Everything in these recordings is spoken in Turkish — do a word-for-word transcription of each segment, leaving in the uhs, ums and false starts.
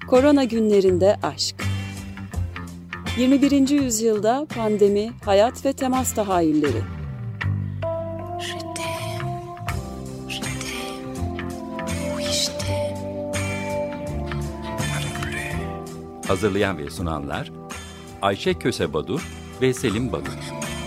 Korona günlerinde aşk. yirmi birinci yüzyılda pandemi, hayat ve temas tahayyülleri. Hazırlayan ve sunanlar Ayşe Köse Badur ve Selim Badur.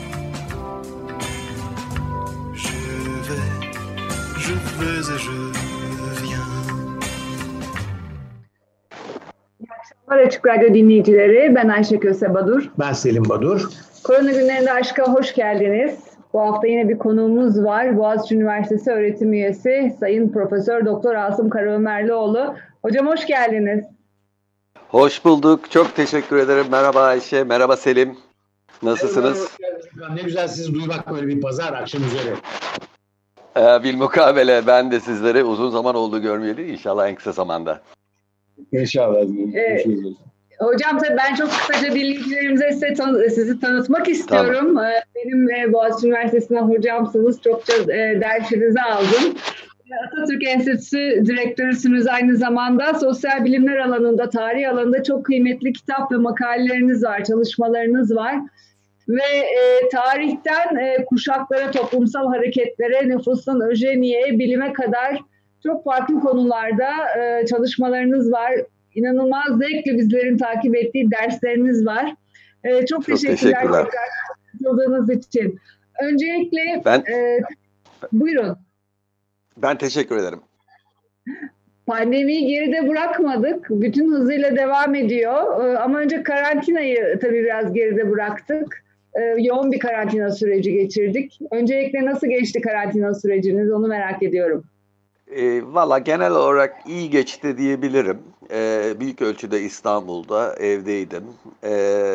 Açık Radyo dinleyicileri, ben Ayşe Köse Badur. Ben Selim Badur. Korona günlerinde aşka hoş geldiniz. Bu hafta yine bir konuğumuz var. Boğaziçi Üniversitesi öğretim üyesi Sayın Profesör Doktor Asım Karaömerlioğlu. Hocam hoş geldiniz. Hoş bulduk. Çok teşekkür ederim. Merhaba Ayşe, merhaba Selim. Nasılsınız? Merhaba, ne güzel sizi duymak böyle bir pazar akşam üzeri. Ee, bilmukabele ben de sizleri uzun zaman oldu görmeyeli. İnşallah en kısa zamanda. İnşallah. Ee, hocam tabii ben çok kısaca dinleyicilerimize size tan- sizi tanıtmak istiyorum. Tamam. Ee, benim e, Boğaziçi Üniversitesi'nden hocamsınız. Çokça e, dersinizi aldım. Atatürk Enstitüsü direktörüsünüz aynı zamanda. Sosyal bilimler alanında, tarih alanında çok kıymetli kitap ve makaleleriniz var, çalışmalarınız var. Ve e, tarihten e, kuşaklara, toplumsal hareketlere, nüfustan öjeniyeye, bilime kadar çok farklı konularda e, çalışmalarınız var. İnanılmaz zevkle bizlerin takip ettiği dersleriniz var. E, çok, çok teşekkürler, teşekkürler tekrar katıldığınız için. Öncelikle ben, e, buyurun. Ben teşekkür ederim. Pandemiyi geride bırakmadık. Bütün hızıyla devam ediyor. E, ama önce karantinayı tabii biraz geride bıraktık. E, yoğun bir karantina süreci geçirdik. Öncelikle nasıl geçti karantina süreciniz, onu merak ediyorum. E, Valla genel olarak iyi geçti diyebilirim. E, büyük ölçüde İstanbul'da evdeydim. E,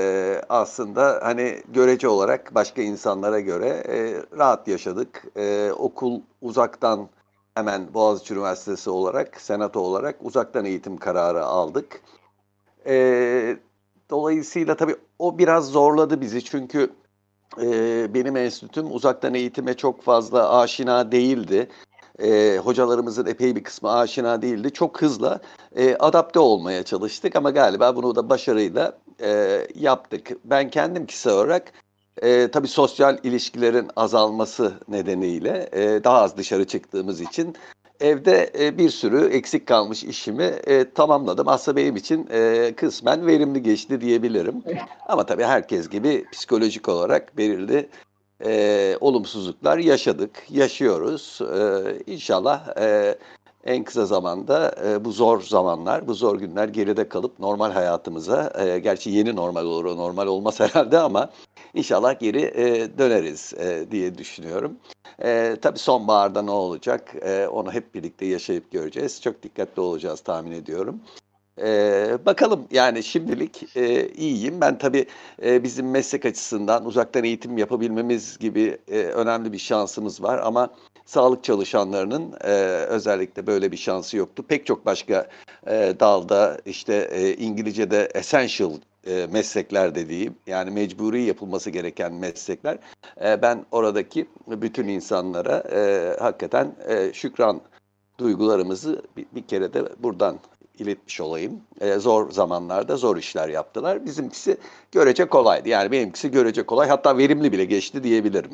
aslında hani görece olarak başka insanlara göre e, rahat yaşadık. E, okul uzaktan, hemen Boğaziçi Üniversitesi olarak, senato olarak uzaktan eğitim kararı aldık. E, dolayısıyla tabii o biraz zorladı bizi çünkü e, benim enstitüm uzaktan eğitime çok fazla aşina değildi. Ee, hocalarımızın epey bir kısmı aşina değildi. Çok hızlı e, adapte olmaya çalıştık ama galiba bunu da başarıyla e, yaptık. Ben kendim kişisel olarak e, tabii sosyal ilişkilerin azalması nedeniyle e, daha az dışarı çıktığımız için evde e, bir sürü eksik kalmış işimi e, tamamladım. Aslında benim için e, kısmen verimli geçti diyebilirim. Ama tabii herkes gibi psikolojik olarak belirli Ee, olumsuzluklar yaşadık, yaşıyoruz. Ee, İnşallah e, en kısa zamanda e, bu zor zamanlar, bu zor günler geride kalıp normal hayatımıza, e, gerçi yeni normal olur, o normal olmaz herhalde ama inşallah geri e, döneriz e, diye düşünüyorum. E, tabii sonbaharda ne olacak, e, onu hep birlikte yaşayıp göreceğiz. Çok dikkatli olacağız tahmin ediyorum. Ee, bakalım yani şimdilik e, iyiyim. Ben tabii e, bizim meslek açısından uzaktan eğitim yapabilmemiz gibi e, önemli bir şansımız var ama sağlık çalışanlarının e, özellikle böyle bir şansı yoktu. Pek çok başka e, dalda işte e, İngilizce'de essential e, meslekler dediğim yani mecburi yapılması gereken meslekler. E, ben oradaki bütün insanlara e, hakikaten e, şükran duygularımızı bir, bir kere de buradan iletmiş olayım. Ee, zor zamanlarda zor işler yaptılar. Bizimkisi görece kolaydı. Yani benimkisi görece kolay. Hatta verimli bile geçti diyebilirim.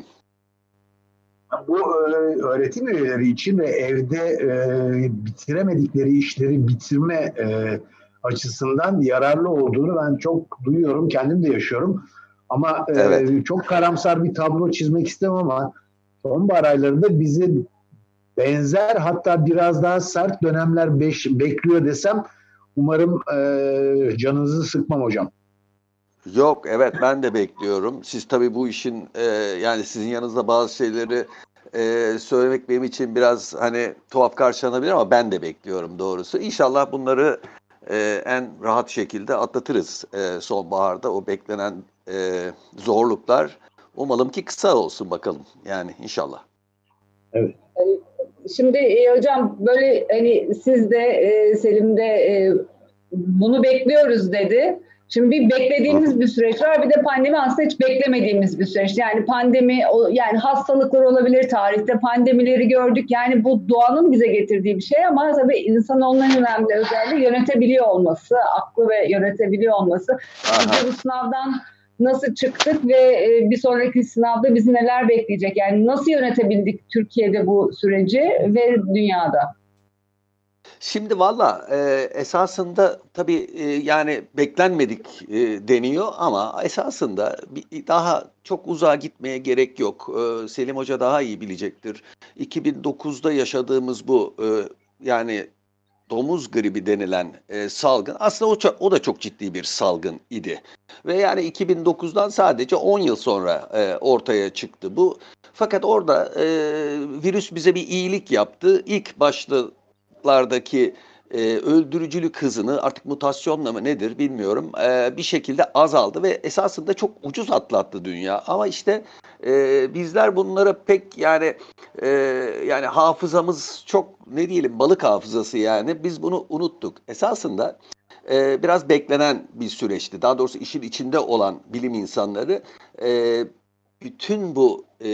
Bu öğretim üyeleri için ve evde e, bitiremedikleri işleri bitirme e, açısından yararlı olduğunu ben çok duyuyorum. Kendim de yaşıyorum. Ama e, evet. çok karamsar bir tablo çizmek istemem ama sonbahar aylarında bizi benzer hatta biraz daha sert dönemler beş, bekliyor desem umarım e, canınızı sıkmam hocam. Yok evet ben de bekliyorum. Siz tabii bu işin e, yani sizin yanınızda bazı şeyleri e, söylemek benim için biraz hani tuhaf karşılanabilir ama ben de bekliyorum doğrusu. İnşallah bunları e, en rahat şekilde atlatırız e, sonbaharda o beklenen e, zorluklar. Umalım ki kısa olsun bakalım yani inşallah. Evet. Şimdi e, hocam böyle hani siz de e, Selim de e, bunu bekliyoruz dedi. Şimdi bir beklediğimiz bir süreç var, bir de pandemi aslında hiç beklemediğimiz bir süreç. Yani pandemi, yani hastalıklar olabilir, tarihte pandemileri gördük. Yani bu doğanın bize getirdiği bir şey ama tabii insanoğlunun en önemli özelliği yönetebiliyor olması, aklı ve yönetebiliyor olması. Biz de bu sınavdan nasıl çıktık ve bir sonraki sınavda bizi neler bekleyecek? Yani nasıl yönetebildik Türkiye'de bu süreci ve dünyada? Şimdi valla e, esasında tabii e, yani beklenmedik e, deniyor ama esasında bir, daha çok uzağa gitmeye gerek yok. E, Selim Hoca daha iyi bilecektir. iki bin dokuzda yaşadığımız bu e, yani domuz gribi denilen e, salgın aslında o, çok, o da çok ciddi bir salgın idi. Ve yani iki bin dokuzdan sadece on yıl sonra e, ortaya çıktı bu. Fakat orada e, virüs bize bir iyilik yaptı. İlk başta lardaki e, öldürücülük hızını artık mutasyonla mı nedir bilmiyorum e, bir şekilde azaldı ve esasında çok ucuz atlattı dünya. Ama işte e, bizler bunlara pek yani e, yani hafızamız çok ne diyelim balık hafızası yani biz bunu unuttuk. Esasında e, biraz beklenen bir süreçti. Daha doğrusu işin içinde olan bilim insanları e, bütün bu e,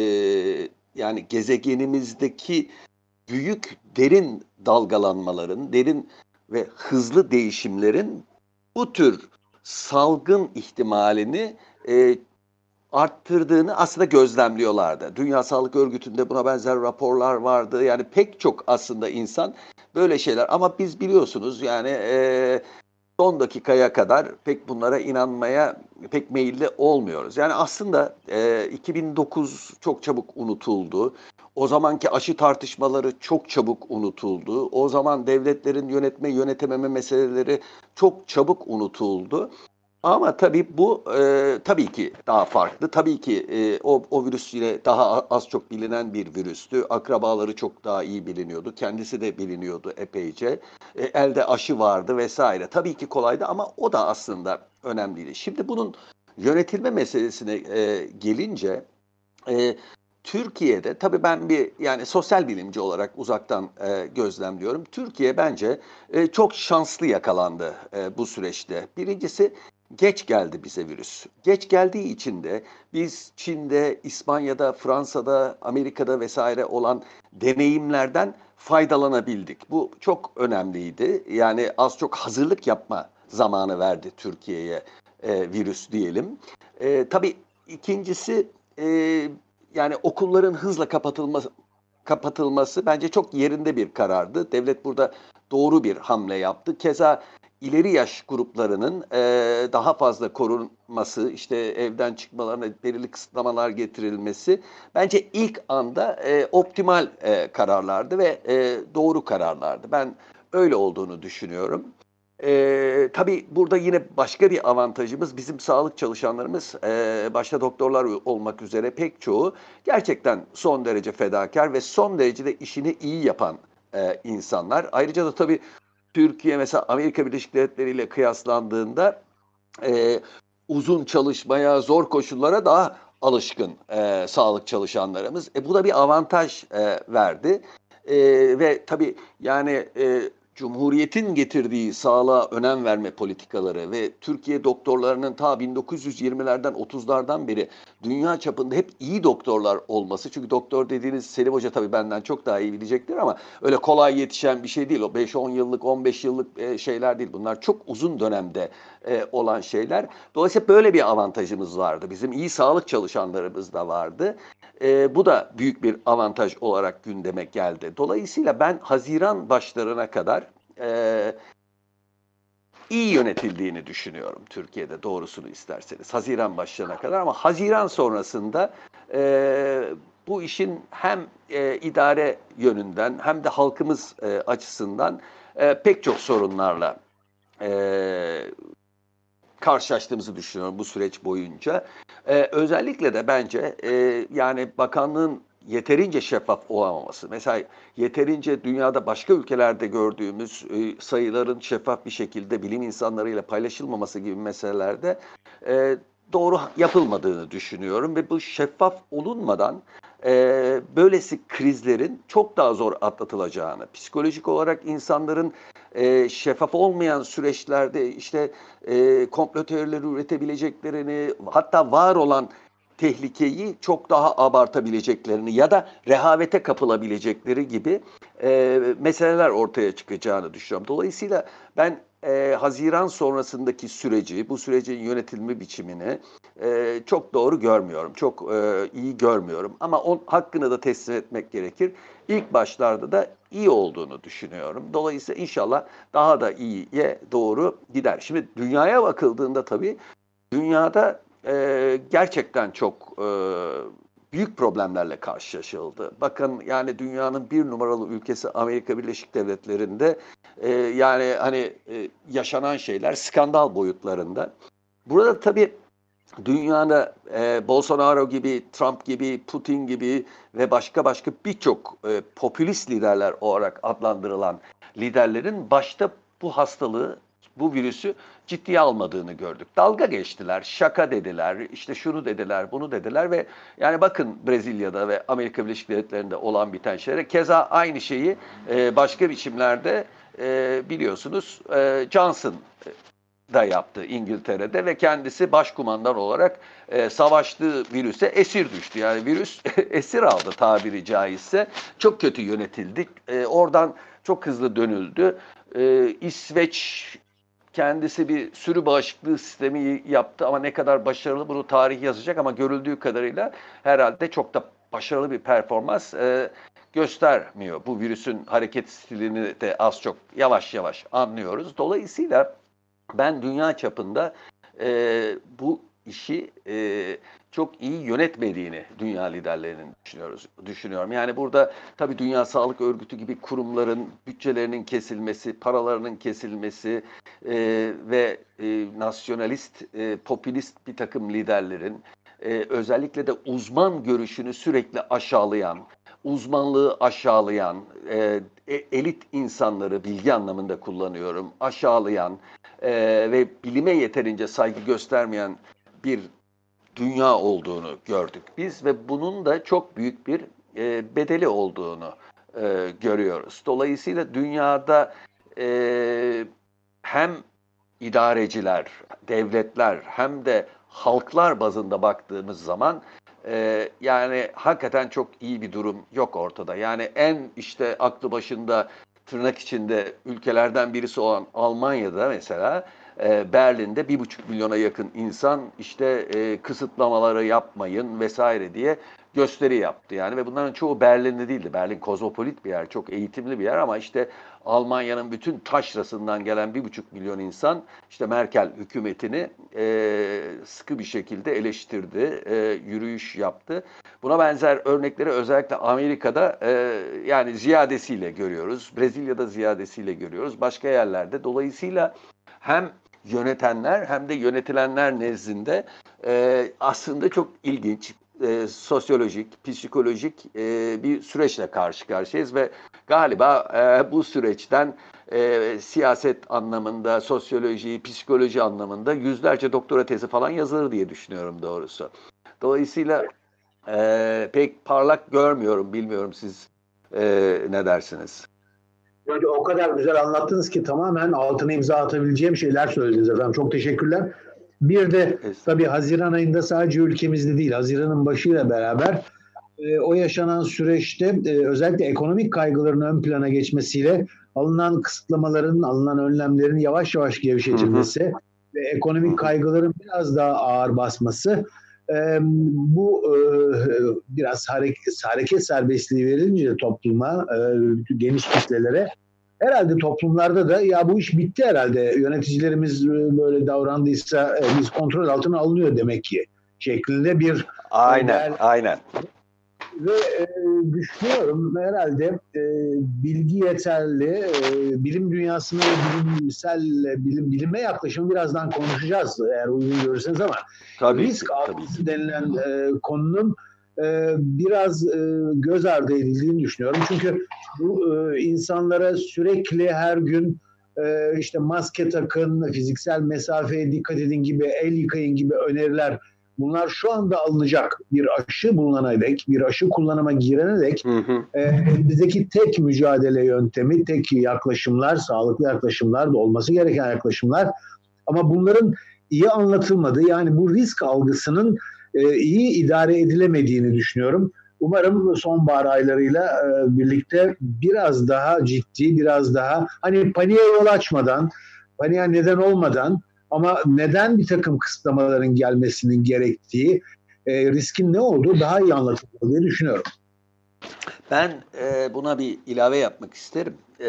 yani gezegenimizdeki büyük derin dalgalanmaların, derin ve hızlı değişimlerin bu tür salgın ihtimalini e, arttırdığını aslında gözlemliyorlardı. Dünya Sağlık Örgütü'nde buna benzer raporlar vardı. Yani pek çok aslında insan böyle şeyler ama biz biliyorsunuz yani e, son dakikaya kadar pek bunlara inanmaya pek meyilli olmuyoruz. Yani aslında e, iki bin dokuz çok çabuk unutuldu. O zamanki aşı tartışmaları çok çabuk unutuldu. O zaman devletlerin yönetme yönetememe meseleleri çok çabuk unutuldu. Ama tabii bu e, tabii ki daha farklı. Tabii ki e, o, o virüs yine daha az çok bilinen bir virüstü. Akrabaları çok daha iyi biliniyordu. Kendisi de biliniyordu epeyce. E, elde aşı vardı vesaire. Tabii ki kolaydı ama o da aslında önemliydi. Şimdi bunun yönetilme meselesine e, gelince e, Türkiye'de tabii ben bir yani sosyal bilimci olarak uzaktan e, gözlemliyorum. Türkiye bence e, çok şanslı yakalandı e, bu süreçte. Birincisi geç geldi bize virüs. Geç geldiği için de biz Çin'de, İspanya'da, Fransa'da, Amerika'da vesaire olan deneyimlerden faydalanabildik. Bu çok önemliydi. Yani az çok hazırlık yapma zamanı verdi Türkiye'ye e, virüs diyelim. E, tabii ikincisi e, yani okulların hızla kapatılması kapatılması bence çok yerinde bir karardı. Devlet burada doğru bir hamle yaptı. Keza ileri yaş gruplarının e, daha fazla korunması, işte evden çıkmalarına belirli kısıtlamalar getirilmesi bence ilk anda e, optimal e, kararlardı ve e, doğru kararlardı. Ben öyle olduğunu düşünüyorum. Ee, tabii burada yine başka bir avantajımız bizim sağlık çalışanlarımız e, başta doktorlar olmak üzere pek çoğu gerçekten son derece fedakar ve son derece de işini iyi yapan e, insanlar. Ayrıca da tabii Türkiye mesela Amerika Birleşik Devletleri ile kıyaslandığında e, uzun çalışmaya, zor koşullara daha alışkın e, sağlık çalışanlarımız. E, bu da bir avantaj e, verdi e, ve tabii yani e, Cumhuriyetin getirdiği sağlığa önem verme politikaları ve Türkiye doktorlarının ta bin dokuz yüz yirmilerden otuzlardan beri dünya çapında hep iyi doktorlar olması. Çünkü doktor dediğiniz Selim Hoca tabii benden çok daha iyi bilecektir ama öyle kolay yetişen bir şey değil. O beş on yıllık, on beş yıllık şeyler değil. Bunlar çok uzun dönemde olan şeyler. Dolayısıyla böyle bir avantajımız vardı. Bizim iyi sağlık çalışanlarımız da vardı. E, bu da büyük bir avantaj olarak gündeme geldi. Dolayısıyla ben Haziran başlarına kadar e, iyi yönetildiğini düşünüyorum Türkiye'de doğrusunu isterseniz. Haziran başlarına kadar ama Haziran sonrasında e, bu işin hem e, idare yönünden hem de halkımız e, açısından e, pek çok sorunlarla e, karşılaştığımızı düşünüyorum bu süreç boyunca. Ee, özellikle de bence e, yani bakanlığın yeterince şeffaf olamaması. Mesela yeterince dünyada başka ülkelerde gördüğümüz e, sayıların şeffaf bir şekilde bilim insanlarıyla paylaşılmaması gibi meselelerde e, doğru yapılmadığını düşünüyorum. Ve bu şeffaf olunmadan e, böylesi krizlerin çok daha zor atlatılacağını, psikolojik olarak insanların e, şeffaf olmayan süreçlerde işte e, komplo teorileri üretebileceklerini, hatta var olan tehlikeyi çok daha abartabileceklerini ya da rehavete kapılabilecekleri gibi e, meseleler ortaya çıkacağını düşünüyorum. Dolayısıyla ben e, Haziran sonrasındaki süreci, bu sürecin yönetilme biçimini e, çok doğru görmüyorum, çok e, iyi görmüyorum. Ama on, hakkını da teslim etmek gerekir. İlk başlarda da iyi olduğunu düşünüyorum. Dolayısıyla inşallah daha da iyiye doğru gider. Şimdi dünyaya bakıldığında tabii, dünyada e, gerçekten çok e, büyük problemlerle karşılaşıldı. Bakın yani dünyanın bir numaralı ülkesi Amerika Birleşik Devletleri'nde e, yani hani e, yaşanan şeyler skandal boyutlarında. Burada tabii dünyada e, Bolsonaro gibi, Trump gibi, Putin gibi ve başka başka birçok e, popülist liderler olarak adlandırılan liderlerin başta bu hastalığı, bu virüsü ciddiye almadığını gördük. Dalga geçtiler, şaka dediler, işte şunu dediler, bunu dediler ve yani bakın Brezilya'da ve Amerika Birleşik Devletleri'nde olan biten şeylere, keza aynı şeyi e, başka biçimlerde e, biliyorsunuz e, Johnson da yaptı İngiltere'de ve kendisi başkumandan olarak e, savaştığı virüse esir düştü. Yani virüs esir aldı tabiri caizse. Çok kötü yönetildik. E, oradan çok hızlı dönüldü. E, İsveç kendisi bir sürü bağışıklığı sistemi yaptı ama ne kadar başarılı bunu tarih yazacak, ama görüldüğü kadarıyla herhalde çok da başarılı bir performans e, göstermiyor. Bu virüsün hareket stilini de az çok yavaş yavaş anlıyoruz. Dolayısıyla ben dünya çapında e, bu işi e, çok iyi yönetmediğini dünya liderlerinin düşünüyoruz, düşünüyorum. Yani burada tabii Dünya Sağlık Örgütü gibi kurumların bütçelerinin kesilmesi, paralarının kesilmesi e, ve e, nasyonalist, e, popülist bir takım liderlerin e, özellikle de uzman görüşünü sürekli aşağılayan, uzmanlığı aşağılayan, e, elit insanları bilgi anlamında kullanıyorum, aşağılayan e, ve bilime yeterince saygı göstermeyen bir dünya olduğunu gördük biz ve bunun da çok büyük bir e, bedeli olduğunu e, görüyoruz. Dolayısıyla dünyada e, hem idareciler, devletler hem de halklar bazında baktığımız zaman e, yani hakikaten çok iyi bir durum yok ortada. Yani en işte aklı başında tırnak içinde ülkelerden birisi olan Almanya'da mesela e, Berlin'de bir buçuk milyona yakın insan işte e, kısıtlamaları yapmayın vesaire diye gösteri yaptı yani ve bunların çoğu Berlin'de değildi. Berlin kozmopolit bir yer, çok eğitimli bir yer ama işte Almanya'nın bütün taşrasından gelen bir buçuk milyon insan işte Merkel hükümetini e, sıkı bir şekilde eleştirdi, e, yürüyüş yaptı. Buna benzer örnekleri özellikle Amerika'da e, yani ziyadesiyle görüyoruz. Brezilya'da ziyadesiyle görüyoruz. Başka yerlerde. Dolayısıyla hem yönetenler hem de yönetilenler nezdinde e, aslında çok ilginç, e, sosyolojik, psikolojik e, bir süreçle karşı karşıyayız ve galiba e, bu süreçten e, siyaset anlamında, sosyoloji, psikoloji anlamında yüzlerce doktora tezi falan yazılır diye düşünüyorum doğrusu. Dolayısıyla e, pek parlak görmüyorum, bilmiyorum siz e, ne dersiniz? Önce o kadar güzel anlattınız ki tamamen altına imza atabileceğim şeyler söylediniz efendim. Çok teşekkürler. Bir de tabii Haziran ayında sadece ülkemizde değil, Haziran'ın başıyla beraber e, o yaşanan süreçte e, özellikle ekonomik kaygıların ön plana geçmesiyle alınan kısıtlamaların, alınan önlemlerin yavaş yavaş gevşetilmesi hı hı. ve ekonomik kaygıların biraz daha ağır basması e, bu e, biraz hareket, hareket serbestliği verince topluma, e, geniş kitlelere herhalde toplumlarda da ya bu iş bitti herhalde, yöneticilerimiz böyle davrandıysa biz kontrol altına alınıyor demek ki şeklinde bir aynen değer... aynen ve e, düşünüyorum herhalde e, bilgi yeterli, e, bilim dünyasına ve bilimsel bilim, bilime yaklaşımı birazdan konuşacağız eğer uygun görürseniz ama tabii risk ki, algısı tabii. denilen e, konunun e, biraz e, göz ardı edildiğini düşünüyorum. Çünkü bu e, insanlara sürekli her gün e, işte maske takın, fiziksel mesafeye dikkat edin gibi, el yıkayın gibi öneriler bunlar şu anda alınacak bir aşı bulunana dek, bir aşı kullanıma girene dek hı hı. E, bizdeki tek mücadele yöntemi, tek yaklaşımlar, sağlıklı yaklaşımlar da olması gereken yaklaşımlar. Ama bunların iyi anlatılmadığı, yani bu risk algısının e, iyi idare edilemediğini düşünüyorum. Umarım sonbahar aylarıyla e, birlikte biraz daha ciddi, biraz daha hani paniğe yol açmadan, paniğe neden olmadan ama neden bir takım kısıtlamaların gelmesinin gerektiği, e, riskin ne olduğu daha iyi anlatılmalı diye düşünüyorum. Ben e, buna bir ilave yapmak isterim. E,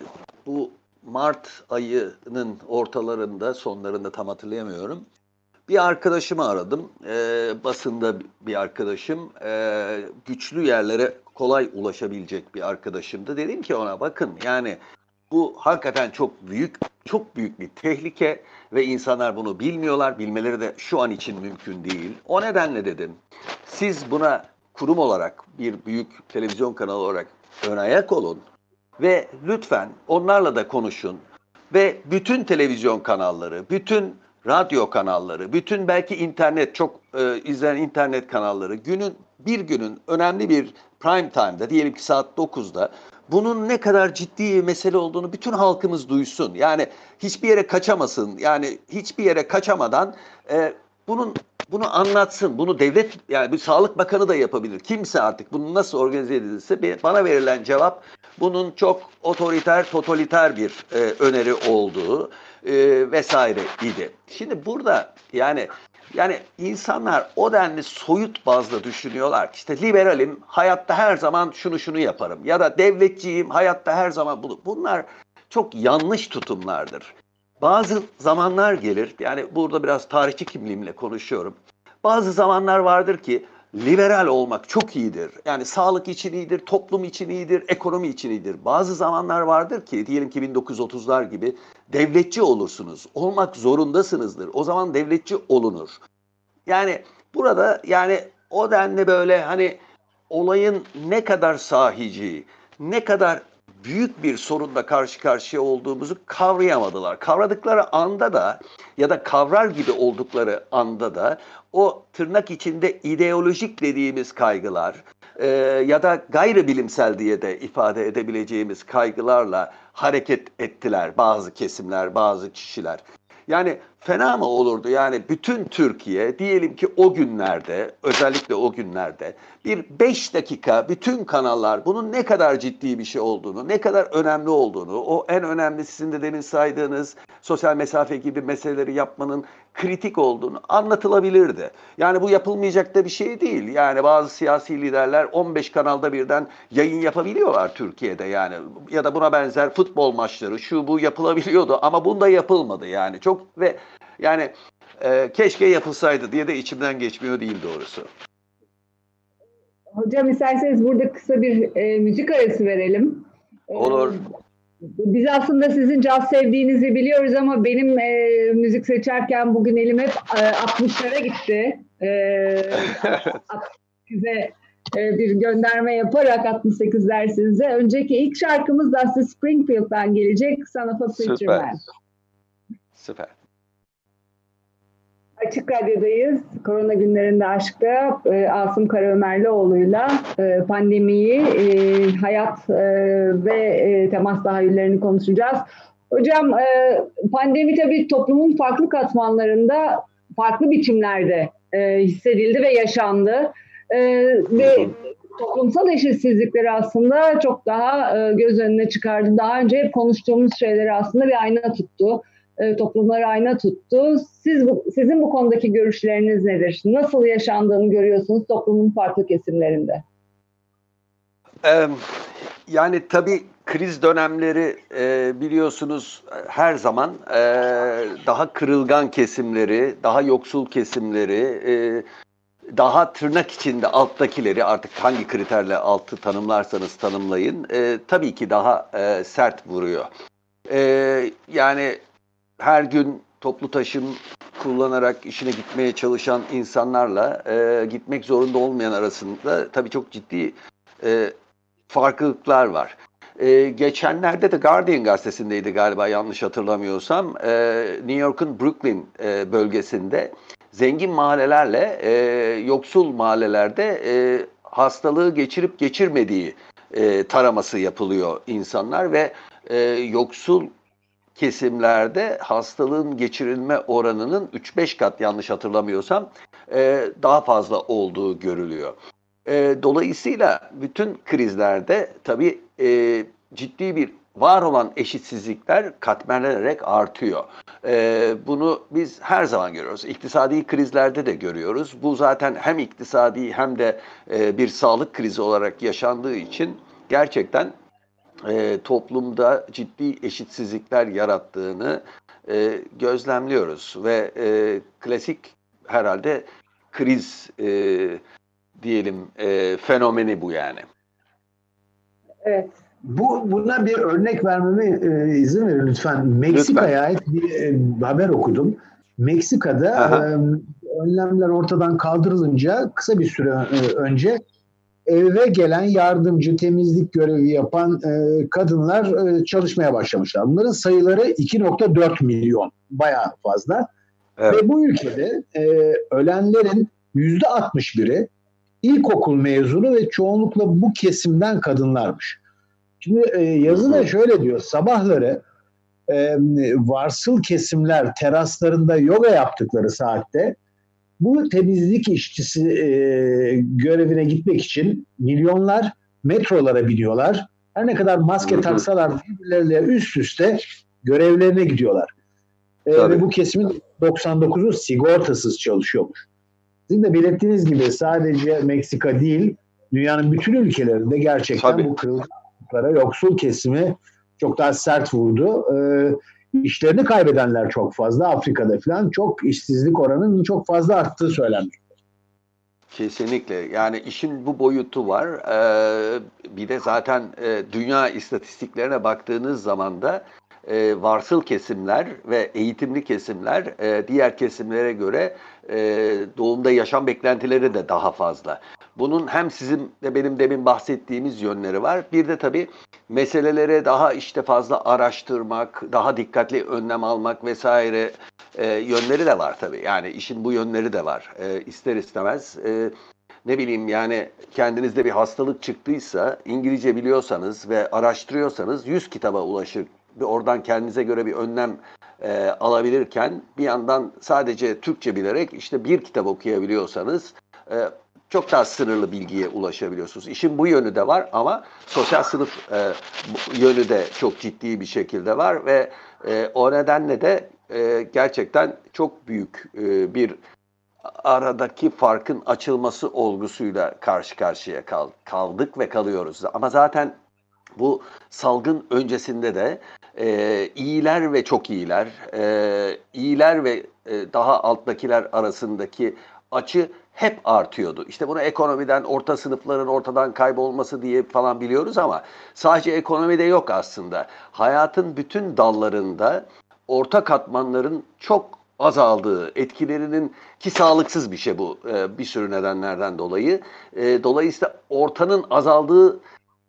bu Mart ayının ortalarında, sonlarında tam hatırlayamıyorum. Bir arkadaşımı aradım. E, basında bir arkadaşım. E, güçlü yerlere kolay ulaşabilecek bir arkadaşımdı. Dedim ki ona, bakın yani bu hakikaten çok büyük, çok büyük bir tehlike ve insanlar bunu bilmiyorlar. Bilmeleri de şu an için mümkün değil. O nedenle dedim, siz buna kurum olarak, bir büyük televizyon kanalı olarak ön ayak olun ve lütfen onlarla da konuşun ve bütün televizyon kanalları, bütün radyo kanalları, bütün belki internet, çok e, izlenen internet kanalları günün bir günün önemli bir prime time'da, diyelim ki saat dokuzda bunun ne kadar ciddi bir mesele olduğunu bütün halkımız duysun. Yani hiçbir yere kaçamasın. Yani hiçbir yere kaçamadan e, bunun bunu anlatsın. Bunu devlet, yani bir Sağlık Bakanı da yapabilir. Kimse artık bunu nasıl organize edilirse, bana verilen cevap bunun çok otoriter, totaliter bir e, öneri olduğu e, vesaire idi. Şimdi burada yani yani insanlar o denli soyut bazda düşünüyorlar ki işte liberalim, hayatta her zaman şunu şunu yaparım ya da devletçiyim, hayatta her zaman bunu. Bunlar çok yanlış tutumlardır. Bazı zamanlar gelir, yani burada biraz tarihçi kimliğimle konuşuyorum. Bazı zamanlar vardır ki liberal olmak çok iyidir. Yani sağlık için iyidir, toplum için iyidir, ekonomi için iyidir. Bazı zamanlar vardır ki diyelim ki bin dokuz yüz otuzlar gibi devletçi olursunuz. Olmak zorundasınızdır. O zaman devletçi olunur. Yani burada yani o denli böyle hani olayın ne kadar sahici, ne kadar büyük bir sorunla karşı karşıya olduğumuzu kavrayamadılar. Kavradıkları anda da ya da kavrar gibi oldukları anda da o tırnak içinde ideolojik dediğimiz kaygılar e, ya da gayri bilimsel diye de ifade edebileceğimiz kaygılarla hareket ettiler bazı kesimler, bazı kişiler. Yani fena mı olurdu? Yani bütün Türkiye diyelim ki o günlerde, özellikle o günlerde bir beş dakika bütün kanallar bunun ne kadar ciddi bir şey olduğunu, ne kadar önemli olduğunu, o en önemli sizin de demin saydığınız sosyal mesafe gibi meseleleri yapmanın kritik olduğunu anlatılabilirdi. Yani bu yapılmayacak da bir şey değil. Yani bazı siyasi liderler on beş kanalda birden yayın yapabiliyorlar Türkiye'de yani. Ya da buna benzer futbol maçları şu bu yapılabiliyordu ama bunda yapılmadı yani. Çok ve yani e, keşke yapılsaydı diye de içimden geçmiyor değil doğrusu. Hocam isterseniz burada kısa bir e, müzik arası verelim. Olur. Biz aslında sizin caz sevdiğinizi biliyoruz ama benim e, müzik seçerken bugün elim hep e, altmışlara gitti. E, size e, bir gönderme yaparak altmış sekiz dersinize. Önceki ilk şarkımız da aslında Springfield'dan gelecek. Son of a Preacher Man. Süper. Açık Radyo'dayız. Korona günlerinde aşkta e, Asım Karaömerlioğlu'yla e, pandemiyi, e, hayat e, ve e, temas tahayyüllerini konuşacağız. Hocam e, pandemi tabii toplumun farklı katmanlarında farklı biçimlerde e, hissedildi ve yaşandı. E, ve toplumsal eşitsizlikleri aslında çok daha e, göz önüne çıkardı. Daha önce hep konuştuğumuz şeyleri aslında bir ayna tuttu. Toplumları ayna tuttu. Siz bu, sizin bu konudaki görüşleriniz nedir? Nasıl yaşandığını görüyorsunuz toplumun farklı kesimlerinde? Ee, yani tabii kriz dönemleri e, biliyorsunuz her zaman e, daha kırılgan kesimleri, daha yoksul kesimleri, e, daha tırnak içinde alttakileri, artık hangi kriterle altı tanımlarsanız tanımlayın, e, tabii ki daha e, sert vuruyor. E, yani her gün toplu taşım kullanarak işine gitmeye çalışan insanlarla e, gitmek zorunda olmayan arasında tabii çok ciddi e, farklılıklar var. E, geçenlerde de Guardian gazetesindeydi galiba yanlış hatırlamıyorsam. E, New York'un Brooklyn e, bölgesinde zengin mahallelerle e, yoksul mahallelerde e, hastalığı geçirip geçirmediği e, taraması yapılıyor insanlar ve e, yoksul kesimlerde hastalığın geçirilme oranının üç beş kat, yanlış hatırlamıyorsam, e, daha fazla olduğu görülüyor. E, dolayısıyla bütün krizlerde tabii e, ciddi bir var olan eşitsizlikler katmerlenerek artıyor. E, bunu biz her zaman görüyoruz. İktisadi krizlerde de görüyoruz. Bu zaten hem iktisadi hem de e, bir sağlık krizi olarak yaşandığı için gerçekten e, toplumda ciddi eşitsizlikler yarattığını e, gözlemliyoruz. Ve e, klasik herhalde kriz e, diyelim e, fenomeni bu yani. Evet. Bu buna bir örnek vermeme e, izin verin lütfen. Meksika'ya ait bir e, haber okudum. Meksika'da e, önlemler ortadan kaldırılınca kısa bir süre e, önce eve gelen yardımcı, temizlik görevi yapan e, kadınlar e, çalışmaya başlamışlar. Bunların sayıları iki nokta dört milyon. Bayağı fazla. Evet. Ve bu ülkede e, ölenlerin yüzde altmış biri ilkokul mezunu ve çoğunlukla bu kesimden kadınlarmış. Şimdi e, yazıda şöyle diyor, sabahları e, varsıl kesimler teraslarında yoga yaptıkları saatte bu temizlik işçisi e, görevine gitmek için milyonlar metrolara biniyorlar. Her ne kadar maske taksalar birbirleriyle üst üste görevlerine gidiyorlar. E, ve bu kesimin doksan dokuzu sigortasız çalışıyormuş. Sizin de belirttiğiniz gibi sadece Meksika değil, dünyanın bütün ülkelerinde gerçekten Tabii. bu kırılganlıklara yoksul kesimi çok daha sert vurdu. Ee, işlerini kaybedenler çok fazla. Afrika'da falan çok işsizlik oranının çok fazla arttığı söylenmiş. Kesinlikle. Yani işin bu boyutu var. Ee, bir de zaten e, dünya istatistiklerine baktığınız zaman da e, varsıl kesimler ve eğitimli kesimler e, diğer kesimlere göre e, doğumda yaşam beklentileri de daha fazla. Bunun hem sizin ve benim demin bahsettiğimiz yönleri var. Bir de tabii meselelere daha işte fazla araştırmak, daha dikkatli önlem almak vesaire e, yönleri de var tabii. Yani işin bu yönleri de var. E, ister istemez e, ne bileyim yani kendinizde bir hastalık çıktıysa İngilizce biliyorsanız ve araştırıyorsanız yüz kitaba ulaşır ve oradan kendinize göre bir önlem e, alabilirken bir yandan sadece Türkçe bilerek işte bir kitap okuyabiliyorsanız e, çok daha sınırlı bilgiye ulaşabiliyorsunuz. İşin bu yönü de var ama sosyal sınıf e, yönü de çok ciddi bir şekilde var ve e, o nedenle de e, gerçekten çok büyük e, bir aradaki farkın açılması olgusuyla karşı karşıya kal, kaldık ve kalıyoruz. Ama zaten bu salgın öncesinde de e, iyiler ve çok iyiler, e, iyiler ve e, daha alttakiler arasındaki açı hep artıyordu. İşte bunu ekonomiden, orta sınıfların ortadan kaybolması diye falan biliyoruz ama sadece ekonomide yok aslında. Hayatın bütün dallarında orta katmanların çok azaldığı, etkilerinin ki sağlıksız bir şey bu bir sürü nedenlerden dolayı. Dolayısıyla ortanın azaldığı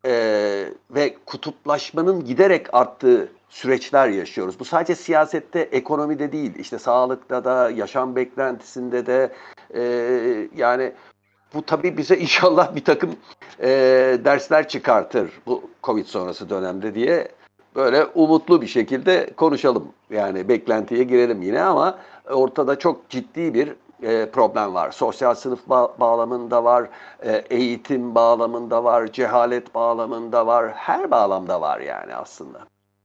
ve kutuplaşmanın giderek arttığı süreçler yaşıyoruz. Bu sadece siyasette, ekonomide değil, işte sağlıkta da, yaşam beklentisinde de e, yani bu tabii bize inşallah bir takım e, dersler çıkartır bu Covid sonrası dönemde diye böyle umutlu bir şekilde konuşalım. Yani beklentiye girelim yine ama ortada çok ciddi bir e, problem var. Sosyal sınıf ba- bağlamında var, e, eğitim bağlamında var, cehalet bağlamında var, her bağlamda var yani aslında.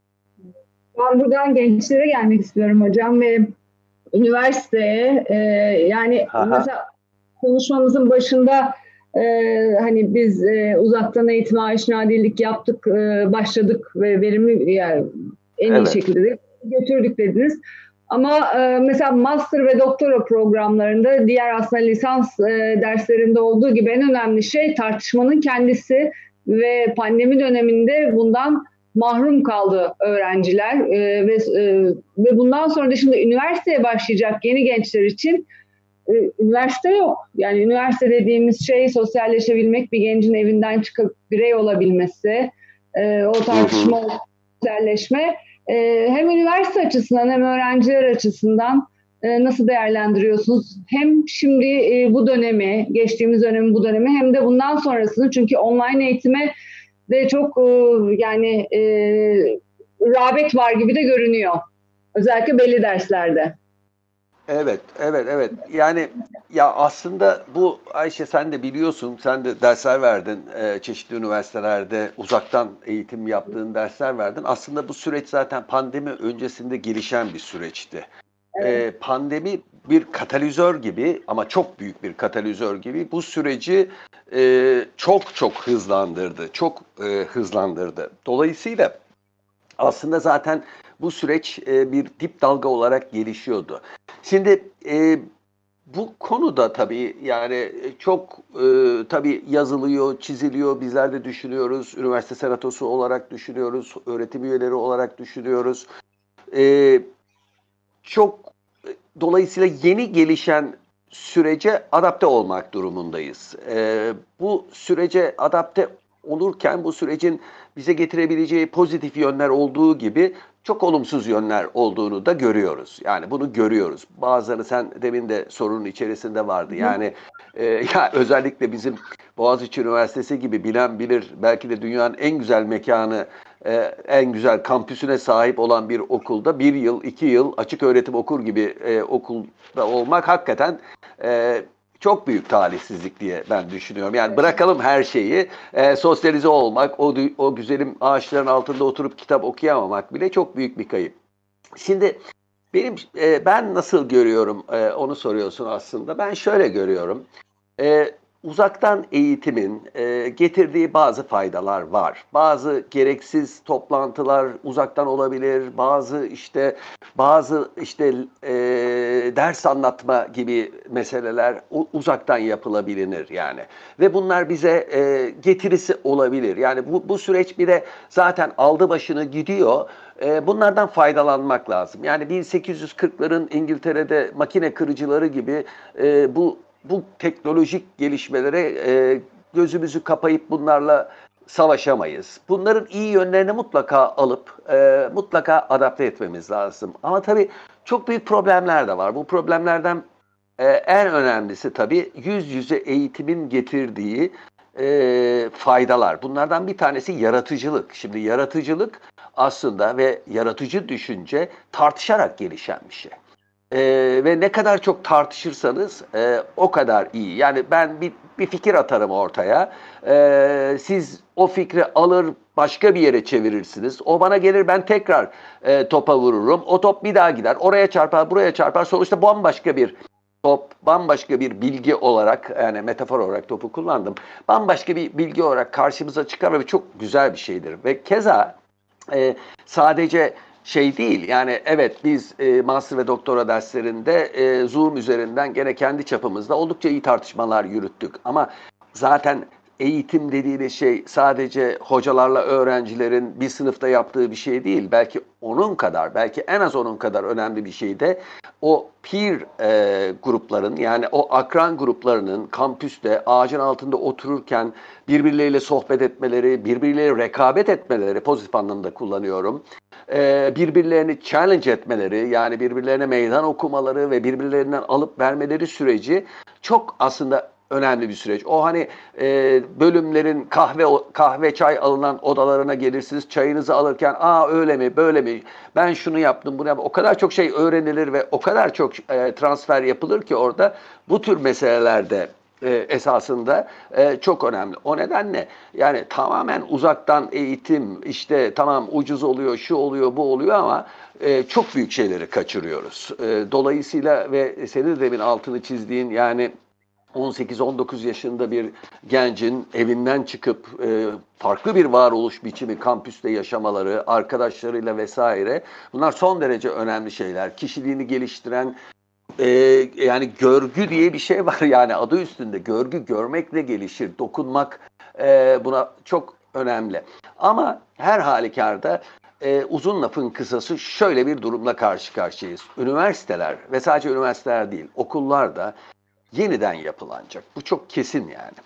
Ben buradan gençlere gelmek istiyorum hocam ve üniversiteye e, yani Aha. mesela konuşmamızın başında e, hani biz e, uzaktan eğitime aşina değildik, yaptık, e, başladık ve verimli yani en evet. iyi şekilde de götürdük dediniz. Ama e, mesela master ve doktora programlarında diğer aslında lisans e, derslerinde olduğu gibi en önemli şey tartışmanın kendisi ve pandemi döneminde bundan mahrum kaldı öğrenciler e, ve e, ve bundan sonra da şimdi üniversiteye başlayacak yeni gençler için e, üniversite yok. Yani üniversite dediğimiz şey sosyalleşebilmek, bir gencin evinden çıkıp birey olabilmesi, e, o tartışma, o sosyalleşme e, hem üniversite açısından hem öğrenciler açısından e, nasıl değerlendiriyorsunuz? Hem şimdi e, bu dönemi, geçtiğimiz dönemi, bu dönemi hem de bundan sonrasını, çünkü online eğitime de çok e, yani e, rağbet var gibi de görünüyor. Özellikle belli derslerde. Evet, evet, evet. Yani ya aslında bu, Ayşe, sen de biliyorsun, sen de dersler verdin, e, çeşitli üniversitelerde uzaktan eğitim yaptığın dersler verdin. Aslında bu süreç zaten pandemi öncesinde gelişen bir süreçti. Evet. E, pandemi bir katalizör gibi, ama çok büyük bir katalizör gibi bu süreci e, çok çok hızlandırdı, çok e, hızlandırdı. Dolayısıyla aslında zaten bu süreç e, bir dip dalga olarak gelişiyordu. Şimdi e, bu konuda tabii yani çok e, tabii yazılıyor, çiziliyor, bizler de düşünüyoruz, üniversite senatosu olarak düşünüyoruz, öğretim üyeleri olarak düşünüyoruz. E, çok dolayısıyla yeni gelişen sürece adapte olmak durumundayız. E, bu sürece adapte olurken bu sürecin bize getirebileceği pozitif yönler olduğu gibi çok olumsuz yönler olduğunu da görüyoruz. Yani bunu görüyoruz. Bazıları, sen demin de sorunun içerisinde vardı. Yani e, ya özellikle bizim Boğaziçi Üniversitesi gibi bilen bilir, belki de dünyanın en güzel mekanı, e, en güzel kampüsüne sahip olan bir okulda bir yıl, iki yıl açık öğretim okur gibi e, okulda olmak hakikaten e, çok büyük talihsizlik diye ben düşünüyorum. Yani bırakalım her şeyi, e, sosyalize olmak, o, o güzelim ağaçların altında oturup kitap okuyamamak bile çok büyük bir kayıp. Şimdi benim e, ben nasıl görüyorum, e, onu soruyorsun aslında. Ben şöyle görüyorum. E, uzaktan eğitimin e, getirdiği bazı faydalar var. Bazı gereksiz toplantılar uzaktan olabilir. Bazı işte bazı işte e, ders anlatma gibi meseleler uzaktan yapılabilir yani. Ve bunlar bize e, getirisi olabilir. Yani bu bu süreç bir de zaten aldı başını gidiyor. E, bunlardan faydalanmak lazım. Yani bin sekiz yüz kırkların İngiltere'de makine kırıcıları gibi e, bu bu teknolojik gelişmelere e, gözümüzü kapayıp bunlarla savaşamayız. Bunların iyi yönlerini mutlaka alıp e, mutlaka adapte etmemiz lazım. Ama tabii çok büyük problemler de var. Bu problemlerden e, en önemlisi tabii yüz yüze eğitimin getirdiği e, faydalar. Bunlardan bir tanesi yaratıcılık. Şimdi yaratıcılık aslında ve yaratıcı düşünce tartışarak gelişen bir şey. Ee, ve ne kadar çok tartışırsanız e, o kadar iyi. Yani ben bir, bir fikir atarım ortaya. Ee, siz o fikri alır başka bir yere çevirirsiniz. O bana gelir, ben tekrar e, topa vururum. O top bir daha gider. Oraya çarpar, buraya çarpar. Sonuçta bambaşka bir top, bambaşka bir bilgi olarak, yani metafor olarak topu kullandım. Bambaşka bir bilgi olarak karşımıza çıkar ve çok güzel bir şeydir. Ve keza e, sadece şey değil, yani evet biz e, master ve doktora derslerinde e, Zoom üzerinden gene kendi çapımızda oldukça iyi tartışmalar yürüttük. Ama zaten eğitim dediğiniz şey sadece hocalarla öğrencilerin bir sınıfta yaptığı bir şey değil. Belki onun kadar, belki en az onun kadar önemli bir şey de o peer e, grupların, yani o akran gruplarının kampüste ağacın altında otururken birbirleriyle sohbet etmeleri, birbirleriyle rekabet etmeleri, pozitif anlamda kullanıyorum. E, birbirlerini challenge etmeleri, yani birbirlerine meydan okumaları ve birbirlerinden alıp vermeleri süreci çok aslında önemli bir süreç. O hani e, bölümlerin kahve kahve çay alınan odalarına gelirsiniz. Çayınızı alırken aa öyle mi böyle mi ben şunu yaptım bunu yaptım. O kadar çok şey öğrenilir ve o kadar çok e, transfer yapılır ki orada bu tür meselelerde e, esasında e, çok önemli. O nedenle yani tamamen uzaktan eğitim işte tamam ucuz oluyor şu oluyor bu oluyor ama e, çok büyük şeyleri kaçırıyoruz. E, dolayısıyla ve senin de demin altını çizdiğin yani on sekiz on dokuz yaşında bir gencin evinden çıkıp e, farklı bir varoluş biçimi kampüste yaşamaları, arkadaşlarıyla vesaire bunlar son derece önemli şeyler. Kişiliğini geliştiren e, yani görgü diye bir şey var yani adı üstünde görgü görmekle gelişir, dokunmak e, buna çok önemli. Ama her halükarda e, uzun lafın kısası şöyle bir durumla karşı karşıyayız. Üniversiteler ve sadece üniversiteler değil okullar da yeniden yapılanacak. Bu çok kesin yani.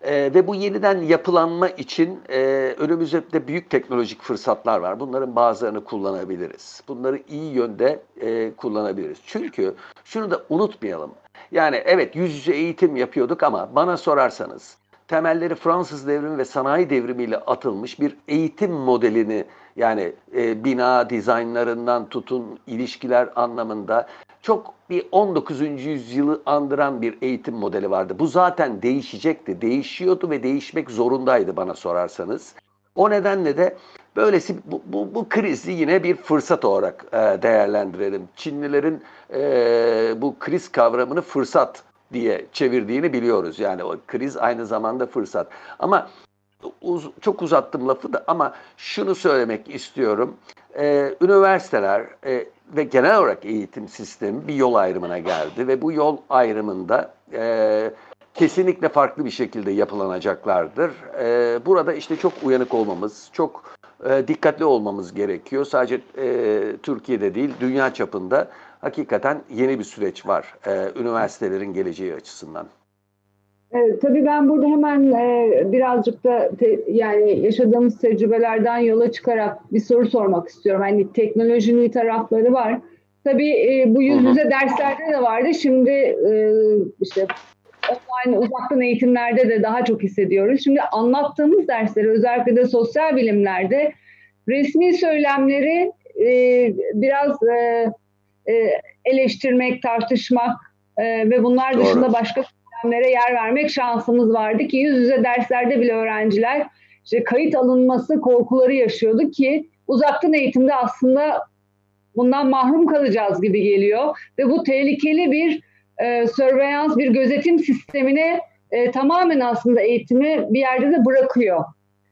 E, ve bu yeniden yapılanma için e, önümüzde büyük teknolojik fırsatlar var. Bunların bazılarını kullanabiliriz. Bunları iyi yönde e, kullanabiliriz. Çünkü şunu da unutmayalım. Yani evet yüz yüze eğitim yapıyorduk ama bana sorarsanız temelleri Fransız devrimi ve sanayi devrimiyle atılmış bir eğitim modelini yani e, bina dizaynlarından tutun ilişkiler anlamında çok bir on dokuzuncu yüzyılı andıran bir eğitim modeli vardı. Bu zaten değişecekti, değişiyordu ve değişmek zorundaydı bana sorarsanız. O nedenle de böylesi bu, bu, bu krizi yine bir fırsat olarak e, değerlendirelim. Çinlilerin e, bu kriz kavramını fırsat diye çevirdiğini biliyoruz. Yani o kriz aynı zamanda fırsat. Ama uz, çok uzattım lafı da ama şunu söylemek istiyorum. Ee, üniversiteler e, ve genel olarak eğitim sistemi bir yol ayrımına geldi ve bu yol ayrımında e, kesinlikle farklı bir şekilde yapılanacaklardır. E, burada işte çok uyanık olmamız, çok e, dikkatli olmamız gerekiyor. Sadece e, Türkiye'de değil, dünya çapında hakikaten yeni bir süreç var e, üniversitelerin geleceği açısından. Evet, tabii ben burada hemen e, birazcık da te, yani yaşadığımız tecrübelerden yola çıkarak bir soru sormak istiyorum. Hani teknolojinin tarafları var. Tabii e, bu yüz yüze derslerde de vardı. Şimdi e, işte online uzaktan eğitimlerde de daha çok hissediyoruz. Şimdi anlattığımız dersleri özellikle de sosyal bilimlerde resmi söylemleri e, biraz e, e, eleştirmek, tartışmak e, ve bunlar Doğru. dışında başka yer vermek şansımız vardı ki yüz yüze derslerde bile öğrenciler işte kayıt alınması korkuları yaşıyordu ki uzaktan eğitimde aslında bundan mahrum kalacağız gibi geliyor ve bu tehlikeli bir e, surveillance, bir gözetim sistemine e, tamamen aslında eğitimi bir yerde de bırakıyor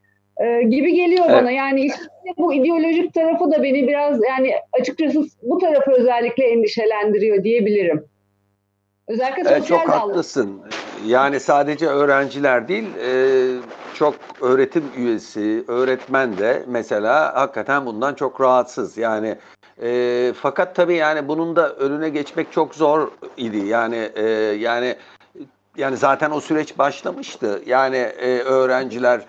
e, gibi geliyor evet. bana. Yani işte bu ideolojik tarafı da beni biraz yani açıkçası bu tarafı özellikle endişelendiriyor diyebilirim. Özellikle sosyal evet, çok dalga. haklısın. Yani sadece öğrenciler değil, e, çok öğretim üyesi, öğretmen de mesela hakikaten bundan çok rahatsız. Yani e, fakat tabii yani bunun da önüne geçmek çok zor idi. Yani e, yani yani zaten o süreç başlamıştı. Yani e, öğrenciler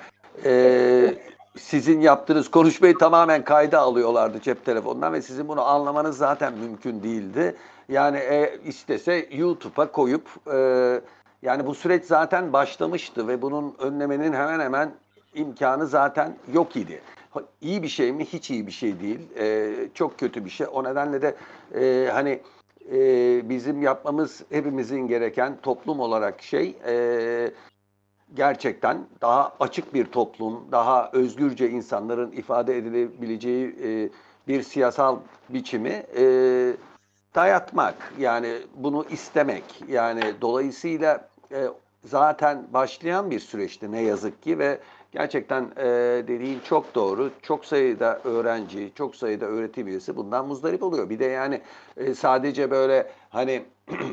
e, sizin yaptığınız konuşmayı tamamen kayda alıyorlardı cep telefonundan ve sizin bunu anlamanız zaten mümkün değildi. Yani e, istese YouTube'a koyup e, yani bu süreç zaten başlamıştı ve bunun önlemenin hemen hemen imkanı zaten yok idi. İyi bir şey mi? Hiç iyi bir şey değil. E, çok kötü bir şey. O nedenle de e, hani e, bizim yapmamız hepimizin gereken toplum olarak şey e, gerçekten daha açık bir toplum, daha özgürce insanların ifade edilebileceği e, bir siyasal biçimi e, dayatmak, yani bunu istemek. Yani dolayısıyla e, zaten başlayan bir süreçti ne yazık ki ve gerçekten e, dediğin çok doğru. Çok sayıda öğrenci, çok sayıda öğretim üyesi bundan muzdarip oluyor. Bir de yani e, sadece böyle hani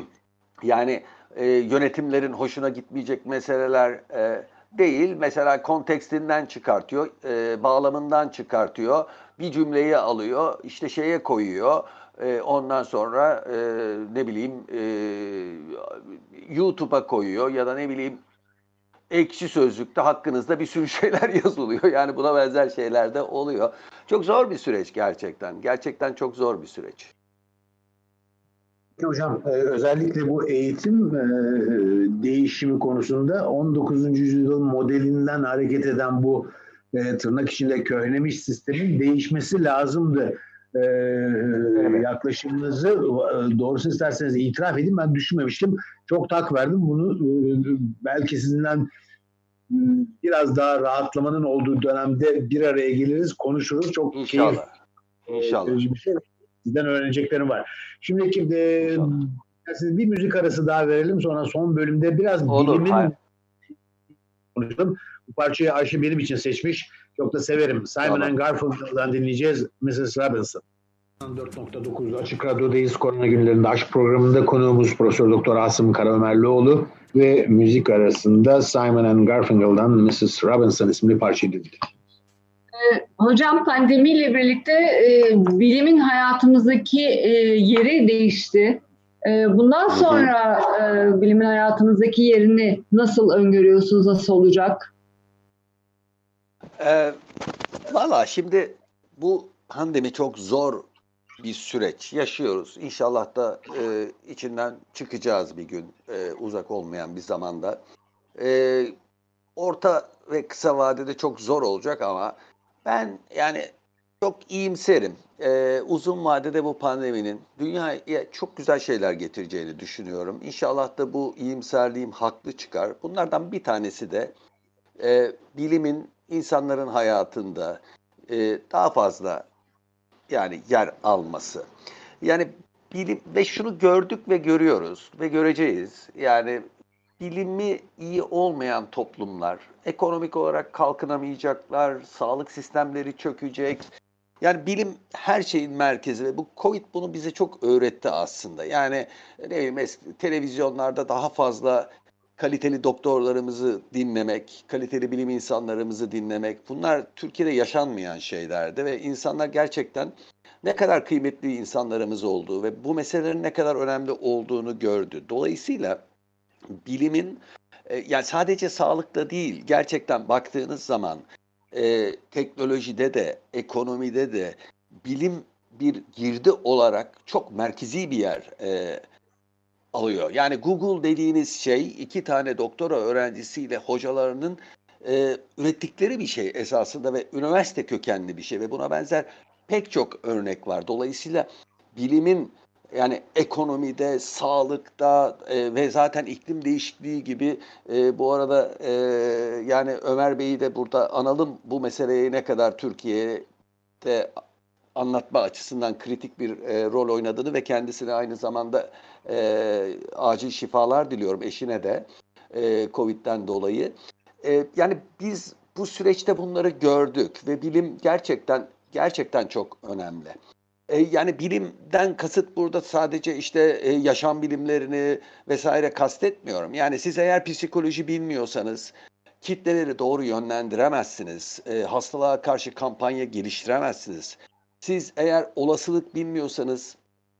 yani e, yönetimlerin hoşuna gitmeyecek meseleler e, değil. Mesela kontekstinden çıkartıyor, e, bağlamından çıkartıyor, bir cümleyi alıyor, işte şeye koyuyor. E, ondan sonra e, ne bileyim e, YouTube'a koyuyor ya da ne bileyim Ekşi Sözlük'te hakkınızda bir sürü şeyler yazılıyor. Yani buna benzer şeyler de oluyor. Çok zor bir süreç gerçekten. Gerçekten çok zor bir süreç. Hocam özellikle bu eğitim değişimi konusunda on dokuzuncu yüzyıl modelinden hareket eden bu tırnak içinde köhnemiş sistemin değişmesi lazımdı. Evet. Yaklaşımınızı doğrusu isterseniz itiraf edin, ben düşünmemiştim. Çok tak verdim bunu. Belki sizinden biraz daha rahatlamanın olduğu dönemde bir araya geliriz, konuşuruz. Çok İnşallah. keyif İnşallah. Bir şey. Sizden öğreneceklerim var. Şimdi şimdi bir müzik arası daha verelim, sonra son bölümde biraz Olur, bilimin hayır. konuşalım. Bu parçayı Ayşe benim için seçmiş. Çok da severim. Simon Tamam. and Garfunkel'dan dinleyeceğiz. missus Robinson. dört nokta dokuz Açık Radyo'dayız. Korona günlerinde aşk programında konuğumuz Profesör Doktor Asım Karaömerlioğlu ve müzik arasında Simon and Garfunkel'dan missus Robinson isimli parçayı dinledik. Hocam pandemiyle birlikte e, bilimin hayatımızdaki e, yeri değişti. E, bundan sonra e, bilimin hayatımızdaki yerini nasıl öngörüyorsunuz, nasıl olacak? E, Valla şimdi bu pandemi çok zor bir süreç yaşıyoruz. İnşallah da e, içinden çıkacağız bir gün, e, uzak olmayan bir zamanda. E, orta ve kısa vadede çok zor olacak ama ben yani çok iyimserim. E, uzun vadede bu pandeminin dünyaya çok güzel şeyler getireceğini düşünüyorum. İnşallah da bu iyimserliğim haklı çıkar. Bunlardan bir tanesi de e, bilimin insanların hayatında e, daha fazla yani yer alması. Yani bilim ve şunu gördük ve görüyoruz ve göreceğiz. Yani bilimi iyi olmayan toplumlar ekonomik olarak kalkınamayacaklar, sağlık sistemleri çökecek. Yani bilim her şeyin merkezi ve bu Covid bunu bize çok öğretti aslında. Yani ne bileyim es- televizyonlarda daha fazla kaliteli doktorlarımızı dinlemek, kaliteli bilim insanlarımızı dinlemek bunlar Türkiye'de yaşanmayan şeylerdi ve insanlar gerçekten ne kadar kıymetli insanlarımız olduğu ve bu meselelerin ne kadar önemli olduğunu gördü. Dolayısıyla bilimin e, yani sadece sağlıkta değil, gerçekten baktığınız zaman e, teknolojide de, ekonomide de bilim bir girdi olarak çok merkezi bir yer e, alıyor. Yani Google dediğiniz şey iki tane doktora öğrencisiyle hocalarının e, ürettikleri bir şey esasında ve üniversite kökenli bir şey ve buna benzer pek çok örnek var. Dolayısıyla bilimin yani ekonomide, sağlıkta e, ve zaten iklim değişikliği gibi e, bu arada e, yani Ömer Bey'i de burada analım bu meseleyi ne kadar Türkiye'de anlatma açısından kritik bir e, rol oynadığını ve kendisine aynı zamanda e, acil şifalar diliyorum eşine de e, Covid'den dolayı. E, yani biz bu süreçte bunları gördük ve bilim gerçekten gerçekten çok önemli. E, yani bilimden kasıt burada sadece işte e, yaşam bilimlerini vesaire kastetmiyorum. Yani siz eğer psikoloji bilmiyorsanız kitleleri doğru yönlendiremezsiniz. E, hastalığa karşı kampanya geliştiremezsiniz. Siz eğer olasılık bilmiyorsanız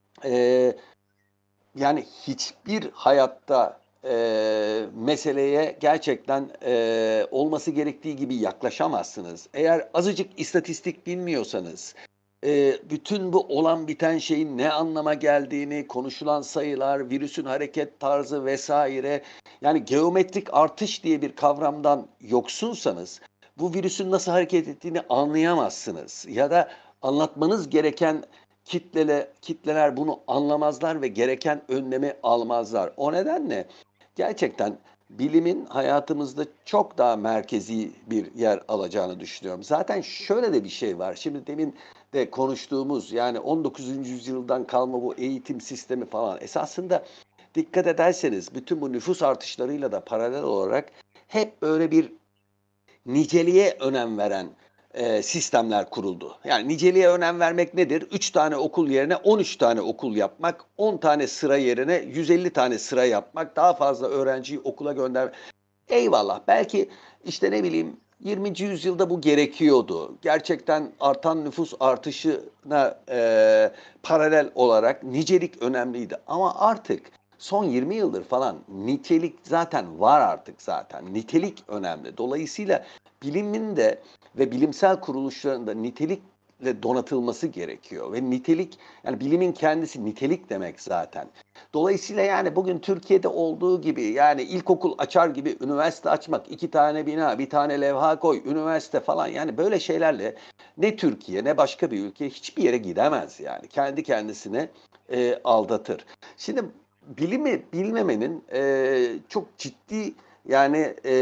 e, yani hiçbir hayatta e, meseleye gerçekten e, olması gerektiği gibi yaklaşamazsınız. Eğer azıcık istatistik bilmiyorsanız, e, bütün bu olan biten şeyin ne anlama geldiğini, konuşulan sayılar, virüsün hareket tarzı vesaire, yani geometrik artış diye bir kavramdan yoksunsanız, bu virüsün nasıl hareket ettiğini anlayamazsınız. Ya da anlatmanız gereken kitlele, kitleler bunu anlamazlar ve gereken önlemi almazlar. O nedenle gerçekten bilimin hayatımızda çok daha merkezi bir yer alacağını düşünüyorum. Zaten şöyle de bir şey var. Şimdi demin de konuştuğumuz yani on dokuzuncu yüzyıldan kalma bu eğitim sistemi falan esasında dikkat ederseniz bütün bu nüfus artışlarıyla da paralel olarak hep böyle bir niceliğe önem veren e, sistemler kuruldu. Yani niceliğe önem vermek nedir? üç tane okul yerine on üç tane okul yapmak, on tane sıra yerine yüz elli tane sıra yapmak, daha fazla öğrenciyi okula göndermek. Eyvallah, belki işte ne bileyim yirminci yüzyılda bu gerekiyordu. Gerçekten artan nüfus artışına e, paralel olarak nicelik önemliydi. Ama artık son yirmi yıldır falan nitelik zaten var artık zaten. Nitelik önemli. Dolayısıyla bilimin de ve bilimsel kuruluşların da nitelikle donatılması gerekiyor. Ve nitelik, yani bilimin kendisi nitelik demek zaten. Dolayısıyla yani bugün Türkiye'de olduğu gibi yani ilkokul açar gibi üniversite açmak, iki tane bina, bir tane levha koy, üniversite falan, yani böyle şeylerle ne Türkiye ne başka bir ülke hiçbir yere gidemez yani. Kendi kendisine e, aldatır. Şimdi bilimi bilmemenin e, çok ciddi yani e,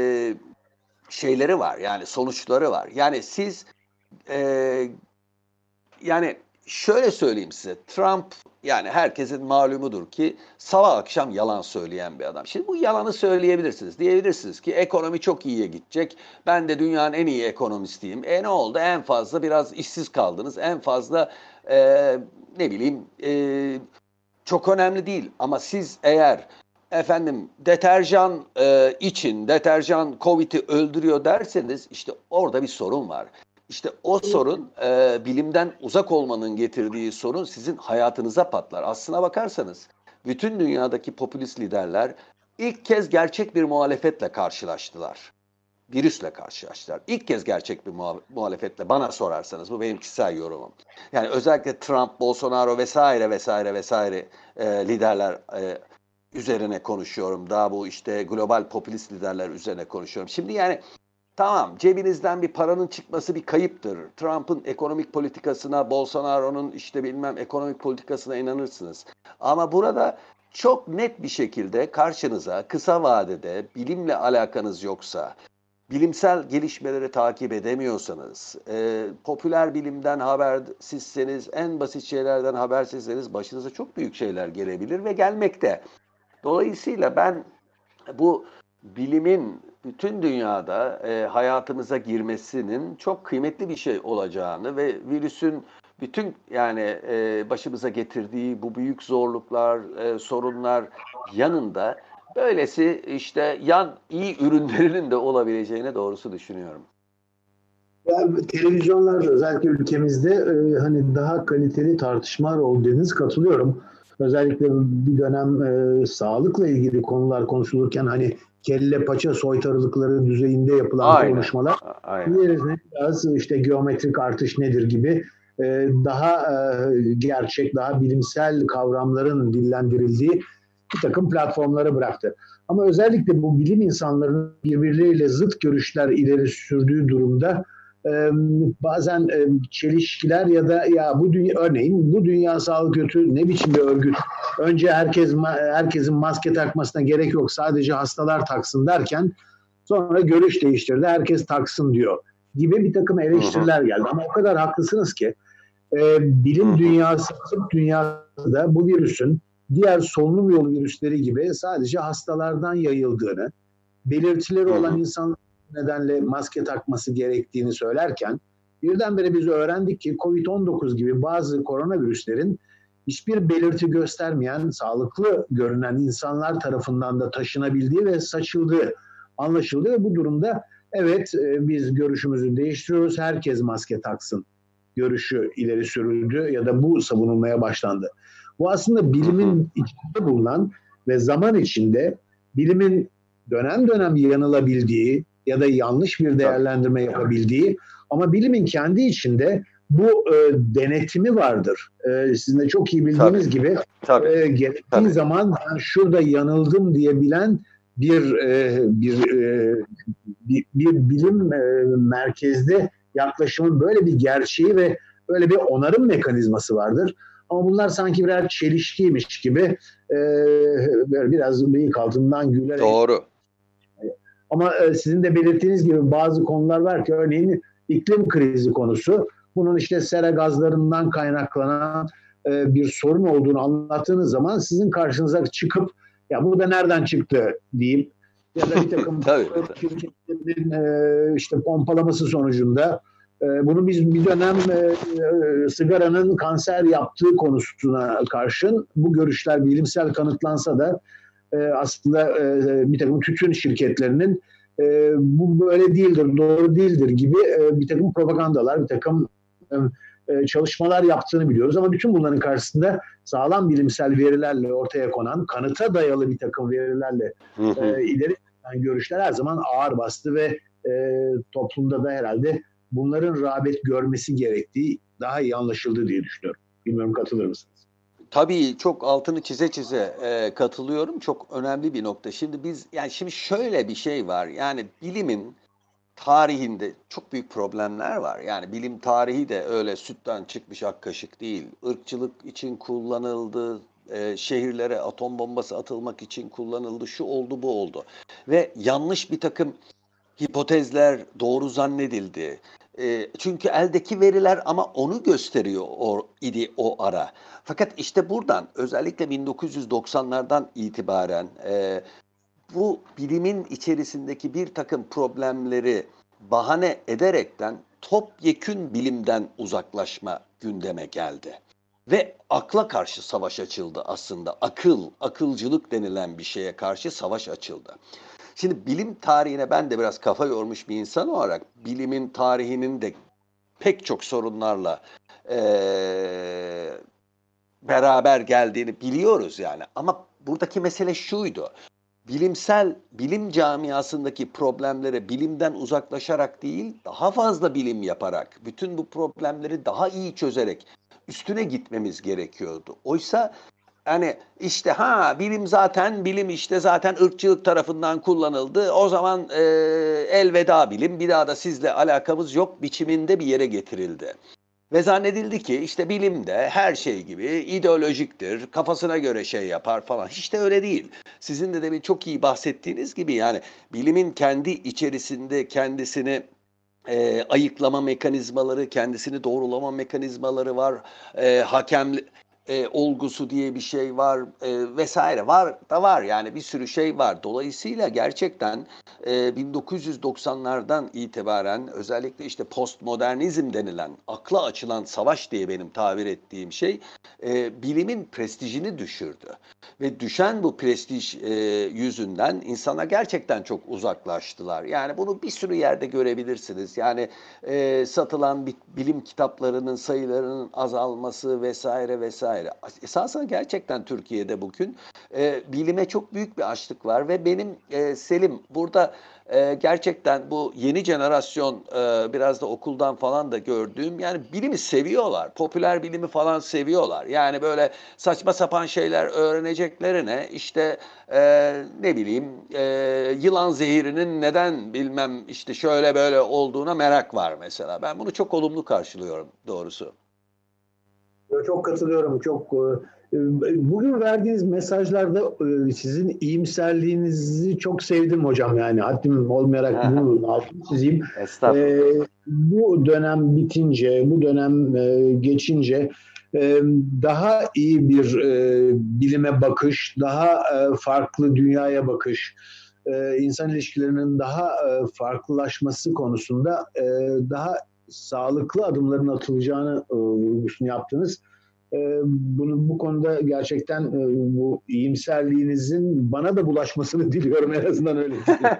şeyleri var, yani sonuçları var. Yani siz e, yani şöyle söyleyeyim size, Trump yani herkesin malumudur ki sabah akşam yalan söyleyen bir adam. Şimdi bu yalanı söyleyebilirsiniz. Diyebilirsiniz ki ekonomi çok iyiye gidecek. Ben de dünyanın en iyi ekonomistiyim. E ne oldu? En fazla biraz işsiz kaldınız. En fazla e, ne bileyim e, çok önemli değil. Ama siz eğer efendim deterjan e, için, deterjan Covid'i öldürüyor derseniz işte orada bir sorun var. İşte o sorun e, bilimden uzak olmanın getirdiği sorun sizin hayatınıza patlar. Aslına bakarsanız bütün dünyadaki popülist liderler ilk kez gerçek bir muhalefetle karşılaştılar. Virüsle karşılaştılar. İlk kez gerçek bir muhalefetle, bana sorarsanız, bu benim kişisel yorumum. Yani özellikle Trump, Bolsonaro vesaire vesaire vesaire e, liderler e, üzerine konuşuyorum. Daha bu işte global popülist liderler üzerine konuşuyorum. Şimdi yani tamam, cebinizden bir paranın çıkması bir kayıptır. Trump'ın ekonomik politikasına, Bolsonaro'nun işte bilmem ekonomik politikasına inanırsınız. Ama burada çok net bir şekilde karşınıza kısa vadede bilimle alakanız yoksa, bilimsel gelişmeleri takip edemiyorsanız, e, popüler bilimden habersizseniz, en basit şeylerden habersizseniz başınıza çok büyük şeyler gelebilir ve gelmekte. Dolayısıyla ben bu bilimin bütün dünyada e, hayatımıza girmesinin çok kıymetli bir şey olacağını ve virüsün bütün yani e, başımıza getirdiği bu büyük zorluklar, e, sorunlar yanında böylesi işte yan iyi ürünlerinin de olabileceğine doğrusu düşünüyorum. Yani televizyonlarda özellikle ülkemizde e, hani daha kaliteli tartışmalar oldu dediniz, katılıyorum. Özellikle bir dönem e, sağlıkla ilgili konular konuşulurken hani kelle paça soytarılıkları düzeyinde yapılan Aynen. konuşmalar, Aynen. biraz işte geometrik artış nedir gibi e, daha e, gerçek, daha bilimsel kavramların dillendirildiği bir takım platformlara bıraktı. Ama özellikle bu bilim insanlarının birbirleriyle zıt görüşler ileri sürdüğü durumda e, bazen e, çelişkiler ya da ya bu dünya, örneğin bu Dünya Sağlık Örgütü ne biçim bir örgüt? Önce herkes herkesin maske takmasına gerek yok, sadece hastalar taksın derken sonra görüş değiştirdi, herkes taksın diyor gibi bir takım eleştiriler geldi. Ama o kadar haklısınız ki e, bilim dünyası, tıp dünyası da bu virüsün diğer solunum yolu virüsleri gibi sadece hastalardan yayıldığını, belirtileri olan insanlar nedenle maske takması gerektiğini söylerken birdenbire biz öğrendik ki kovid on dokuz gibi bazı koronavirüslerin hiçbir belirti göstermeyen, sağlıklı görünen insanlar tarafından da taşınabildiği ve saçıldığı anlaşıldı ve bu durumda evet biz görüşümüzü değiştiriyoruz, herkes maske taksın görüşü ileri sürüldü ya da bu savunulmaya başlandı. Bu aslında bilimin içinde bulunan ve zaman içinde bilimin dönem dönem yanılabildiği ya da yanlış bir değerlendirme yapabildiği ama bilimin kendi içinde bu e, denetimi vardır. E, sizin de çok iyi bildiğiniz Tabii. gibi Tabii. E, gerektiği Tabii. zaman ben şurada yanıldım diyebilen bir e, bir, e, bir bir bilim e, merkezli yaklaşımın böyle bir gerçeği ve böyle bir onarım mekanizması vardır. Ama bunlar sanki birer çelişkiymiş gibi e, böyle biraz bıyık altından gülerek. Doğru. Ama e, sizin de belirttiğiniz gibi bazı konular var ki örneğin iklim krizi konusu. Bunun işte sera gazlarından kaynaklanan e, bir sorun olduğunu anlattığınız zaman sizin karşınıza çıkıp ya bu da nereden çıktı diyeyim ya da bir takım şirketlerin e, işte pompalaması sonucunda e, bunu biz bir dönem e, e, sigaranın kanser yaptığı konusuna karşın bu görüşler bilimsel kanıtlansa da e, aslında e, bir takım tütün şirketlerinin e, bu böyle değildir, doğru değildir gibi e, bir takım propagandalar, bir takım e, çalışmalar yaptığını biliyoruz. Ama bütün bunların karşısında sağlam bilimsel verilerle ortaya konan, kanıta dayalı bir takım verilerle e, ileri görüşler her zaman ağır bastı ve e, toplumda da herhalde bunların rağbet görmesi gerektiği daha iyi anlaşıldı diye düşünüyorum. Bilmiyorum, katılır mısınız? Tabii çok altını çize çize e, katılıyorum. Çok önemli bir nokta. Şimdi biz yani şimdi şöyle bir şey var. Yani bilimin tarihinde çok büyük problemler var. Yani bilim tarihi de öyle sütten çıkmış ak kaşık değil. Irkçılık için kullanıldı, e, şehirlere atom bombası atılmak için kullanıldı, şu oldu bu oldu. Ve yanlış bir takım hipotezler doğru zannedildi. E, çünkü eldeki veriler ama onu gösteriyor o, idi o ara. Fakat işte buradan özellikle bin dokuz yüz doksanlardan itibaren e, bu bilimin içerisindeki bir takım problemleri bahane ederekten topyekün bilimden uzaklaşma gündeme geldi. Ve akla karşı savaş açıldı aslında. Akıl, akılcılık denilen bir şeye karşı savaş açıldı. Şimdi bilim tarihine ben de biraz kafa yormuş bir insan olarak bilimin tarihinin de pek çok sorunlarla ee, beraber geldiğini biliyoruz yani. Ama buradaki mesele şuydu. Bilimsel, bilim camiasındaki problemlere bilimden uzaklaşarak değil, daha fazla bilim yaparak, bütün bu problemleri daha iyi çözerek üstüne gitmemiz gerekiyordu. Oysa hani işte ha bilim zaten bilim işte zaten ırkçılık tarafından kullanıldı. O zaman e, elveda bilim, bir daha da sizle alakamız yok biçiminde bir yere getirildi. Ve zannedildi ki işte bilim de her şey gibi ideolojiktir, kafasına göre şey yapar falan. Hiç de öyle değil. Sizin de demin çok iyi bahsettiğiniz gibi yani bilimin kendi içerisinde kendisini e, ayıklama mekanizmaları, kendisini doğrulama mekanizmaları var. E, hakem e, olgusu diye bir şey var e, vesaire var da var yani bir sürü şey var. Dolayısıyla gerçekten e, bin dokuz yüz doksanlardan itibaren özellikle işte postmodernizm denilen akla açılan savaş diye benim tabir ettiğim şey e, bilimin prestijini düşürdü. Ve düşen bu prestij e, yüzünden insanlar gerçekten çok uzaklaştılar. Yani bunu bir sürü yerde görebilirsiniz. Yani e, satılan bilim kitaplarının sayılarının azalması vesaire vesaire. Esasında gerçekten Türkiye'de bugün e, bilime çok büyük bir açlık var ve benim e, Selim burada e, gerçekten bu yeni jenerasyon e, biraz da okuldan falan da gördüğüm yani bilimi seviyorlar. Popüler bilimi falan seviyorlar. Yani böyle saçma sapan şeyler öğreneceklerine işte e, ne bileyim e, yılan zehirinin neden bilmem işte şöyle böyle olduğuna merak var mesela. Ben bunu çok olumlu karşılıyorum doğrusu. Çok katılıyorum. Çok e, bugün verdiğiniz mesajlarda e, sizin iyimserliğinizi çok sevdim hocam yani. Haddim olmayarak bunun altını çizeyim. Estağfurullah. E, bu dönem bitince, bu dönem e, geçince e, daha iyi bir e, bilime bakış, daha e, farklı dünyaya bakış, e, insan ilişkilerinin daha e, farklılaşması konusunda e, daha sağlıklı adımların atılacağını e, vurgusunu yaptınız. E, bunu bu konuda gerçekten e, bu iyimserliğinizin bana da bulaşmasını diliyorum en azından öyle.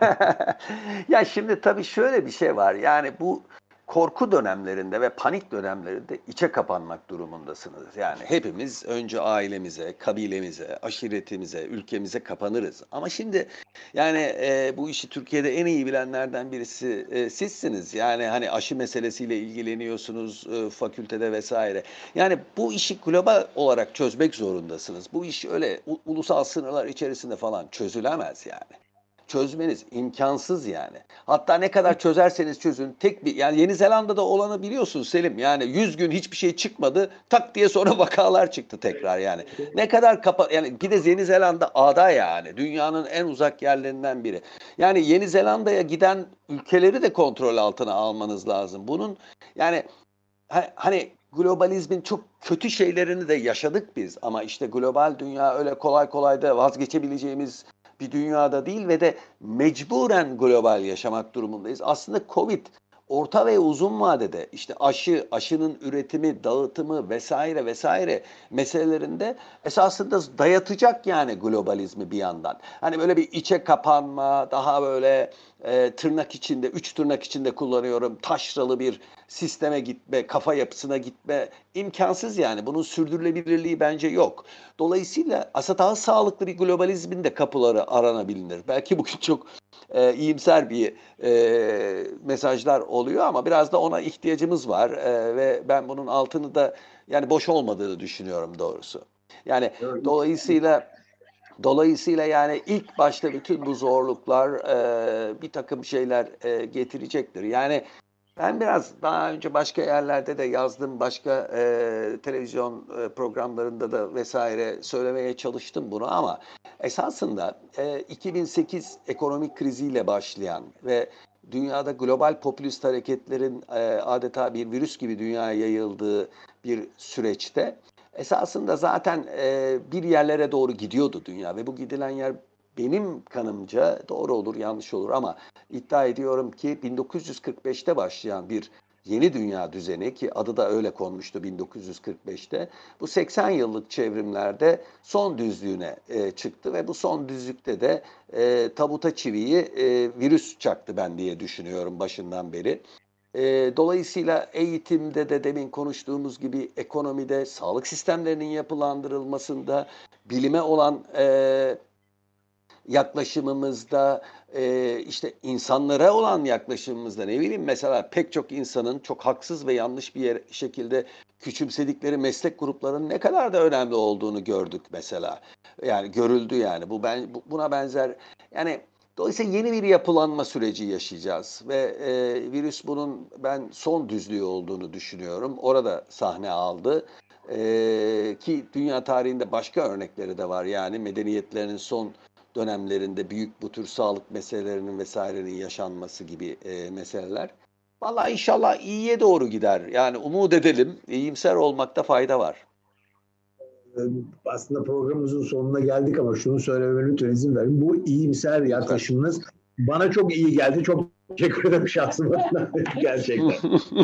Ya şimdi tabii şöyle bir şey var. Yani bu korku dönemlerinde ve panik dönemlerinde içe kapanmak durumundasınız. Yani hepimiz önce ailemize, kabilemize, aşiretimize, ülkemize kapanırız. Ama şimdi yani e, bu işi Türkiye'de en iyi bilenlerden birisi e, sizsiniz. Yani hani aşı meselesiyle ilgileniyorsunuz e, fakültede vesaire. Yani bu işi global olarak çözmek zorundasınız. Bu iş öyle u- ulusal sınırlar içerisinde falan çözülemez yani. Çözmeniz imkansız yani. Hatta ne kadar çözerseniz çözün tek bir yani Yeni Zelanda'da olanı biliyorsun Selim. Yani yüz gün hiçbir şey çıkmadı. Tak diye sonra vakalar çıktı tekrar yani. Ne kadar kapa yani bir de Yeni Zelanda ada yani. Dünyanın en uzak yerlerinden biri. Yani Yeni Zelanda'ya giden ülkeleri de kontrol altına almanız lazım. Bunun yani hani globalizmin çok kötü şeylerini de yaşadık biz ama işte global dünya öyle kolay kolay da vazgeçebileceğimiz bir dünyada değil ve de mecburen global yaşamak durumundayız. Aslında Covid orta ve uzun vadede işte aşı, aşının üretimi, dağıtımı vesaire vesaire meselelerinde esasında dayatacak yani globalizmi bir yandan. Hani böyle bir içe kapanma, daha böyle e, tırnak içinde, üç tırnak içinde kullanıyorum, taşralı bir sisteme gitme, kafa yapısına gitme imkansız yani. Bunun sürdürülebilirliği bence yok. Dolayısıyla aslında daha sağlıklı bir globalizmin de kapıları aranabilir. Belki bugün çok e, iyimser bir e, mesajlar oluyor ama biraz da ona ihtiyacımız var e, ve ben bunun altını da yani boş olmadığını düşünüyorum doğrusu. Yani dolayısıyla dolayısıyla yani ilk başta bütün bu zorluklar e, bir takım şeyler e, getirecektir. Yani ben biraz daha önce başka yerlerde de yazdım, başka e, televizyon e, programlarında da vesaire söylemeye çalıştım bunu ama esasında e, iki bin sekiz ekonomik kriziyle başlayan ve dünyada global popülist hareketlerin e, adeta bir virüs gibi dünyaya yayıldığı bir süreçte esasında zaten e, bir yerlere doğru gidiyordu dünya ve bu gidilen yer benim kanımca doğru olur yanlış olur ama iddia ediyorum ki bin dokuz yüz kırk beşte başlayan bir yeni dünya düzeni ki adı da öyle konmuştu bin dokuz yüz kırk beşte bu seksen yıllık çevrimlerde son düzlüğüne e, çıktı ve bu son düzlükte de e, tabuta çiviyi e, virüs çaktı ben diye düşünüyorum başından beri. E, dolayısıyla eğitimde de demin konuştuğumuz gibi ekonomide, sağlık sistemlerinin yapılandırılmasında, bilime olan e, yaklaşımımızda, e, işte insanlara olan yaklaşımımızda, ne bileyim mesela pek çok insanın çok haksız ve yanlış bir yer, şekilde küçümsedikleri meslek gruplarının ne kadar da önemli olduğunu gördük mesela. Yani görüldü yani. Bu ben bu- buna benzer yani dolayısıyla yeni bir yapılanma süreci yaşayacağız ve e, virüs bunun ben son düzlüğü olduğunu düşünüyorum. Orada sahne aldı. E, ki dünya tarihinde başka örnekleri de var. Yani medeniyetlerin son dönemlerinde büyük bu tür sağlık meselelerinin vesairenin yaşanması gibi e, meseleler. Vallahi inşallah iyiye doğru gider. Yani umut edelim. İyimser olmakta fayda var. Aslında programımızın sonuna geldik ama şunu söylememe lütfen izin verin. Bu iyimser yaklaşımınız bana çok iyi geldi. Çok teşekkür ederim şahsım adına. Gerçekten.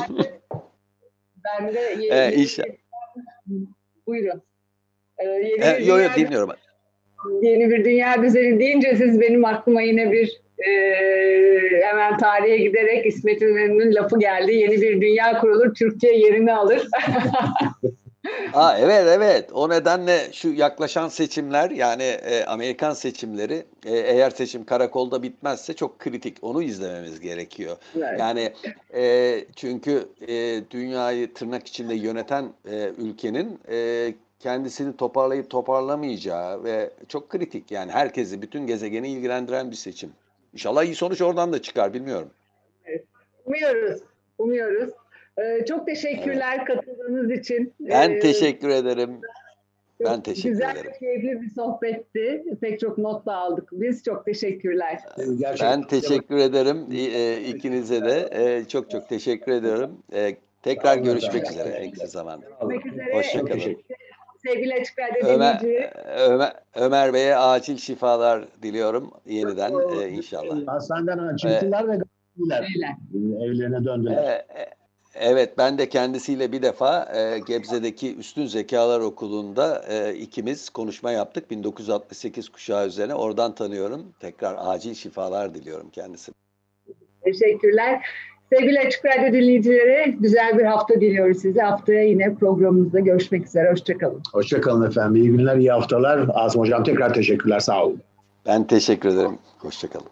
Ben de yeni, Ee, inşallah. Buyurun. Ee, yeni Ee, bir yo yo dünya- dinliyorum. Yeni bir dünya düzeni deyince siz benim aklıma yine bir e, hemen tarihe giderek İsmet İnönü'nün lafı geldi. Yeni bir dünya kurulur, Türkiye yerini alır. Aa, evet evet o nedenle şu yaklaşan seçimler yani e, Amerikan seçimleri e, eğer seçim karakolda bitmezse çok kritik. Onu izlememiz gerekiyor. Evet. Yani e, çünkü e, dünyayı tırnak içinde yöneten e, ülkenin e, kendisini toparlayıp toparlamayacağı ve çok kritik yani herkesi bütün gezegeni ilgilendiren bir seçim. İnşallah iyi sonuç oradan da çıkar bilmiyorum. Umuyoruz. Umuyoruz. Ee, çok teşekkürler katıldığınız için. Ben Ee, teşekkür ederim. çok Ben teşekkür güzel ederim. ve keyifli bir sohbetti. Pek çok not da aldık. Biz çok teşekkürler. Gerçekten. Ben teşekkür ederim e, ikinize de. E, çok çok teşekkür ediyorum. E, tekrar görüşmek üzere en kısa zamanda. Görüşmek üzere. Hoşça Çok kalın. teşekkür Sevgili Açık Radyo Ömer, dinleyicileri. Ömer, Ömer Bey'e acil şifalar diliyorum yeniden e, inşallah. Hastaneden çıktılar ve gittiler. Öyle. Evlerine döndüler. E, e, evet ben de kendisiyle bir defa e, Gebze'deki Üstün Zekalar Okulu'nda e, ikimiz konuşma yaptık. bin dokuz yüz altmış sekiz kuşağı üzerine oradan tanıyorum. Tekrar acil şifalar diliyorum kendisine. Teşekkürler. Sevgili Açık Radyo dinleyicileri, güzel bir hafta diliyoruz size. Haftaya yine programımızda görüşmek üzere. Hoşçakalın. Hoşçakalın efendim. İyi günler, iyi haftalar. Asım Hocam tekrar teşekkürler. Sağ olun. Ben teşekkür ederim. Hoşçakalın.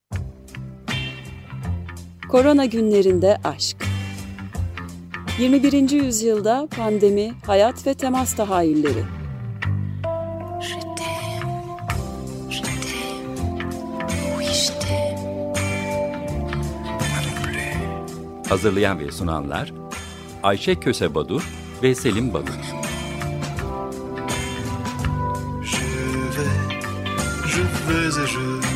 Korona günlerinde aşk. yirmi birinci yüzyılda pandemi, hayat ve temas tahayyülleri. Hazırlayan ve sunanlar Ayşe Köse Badur ve Selim Badur. Je vais, je vais et je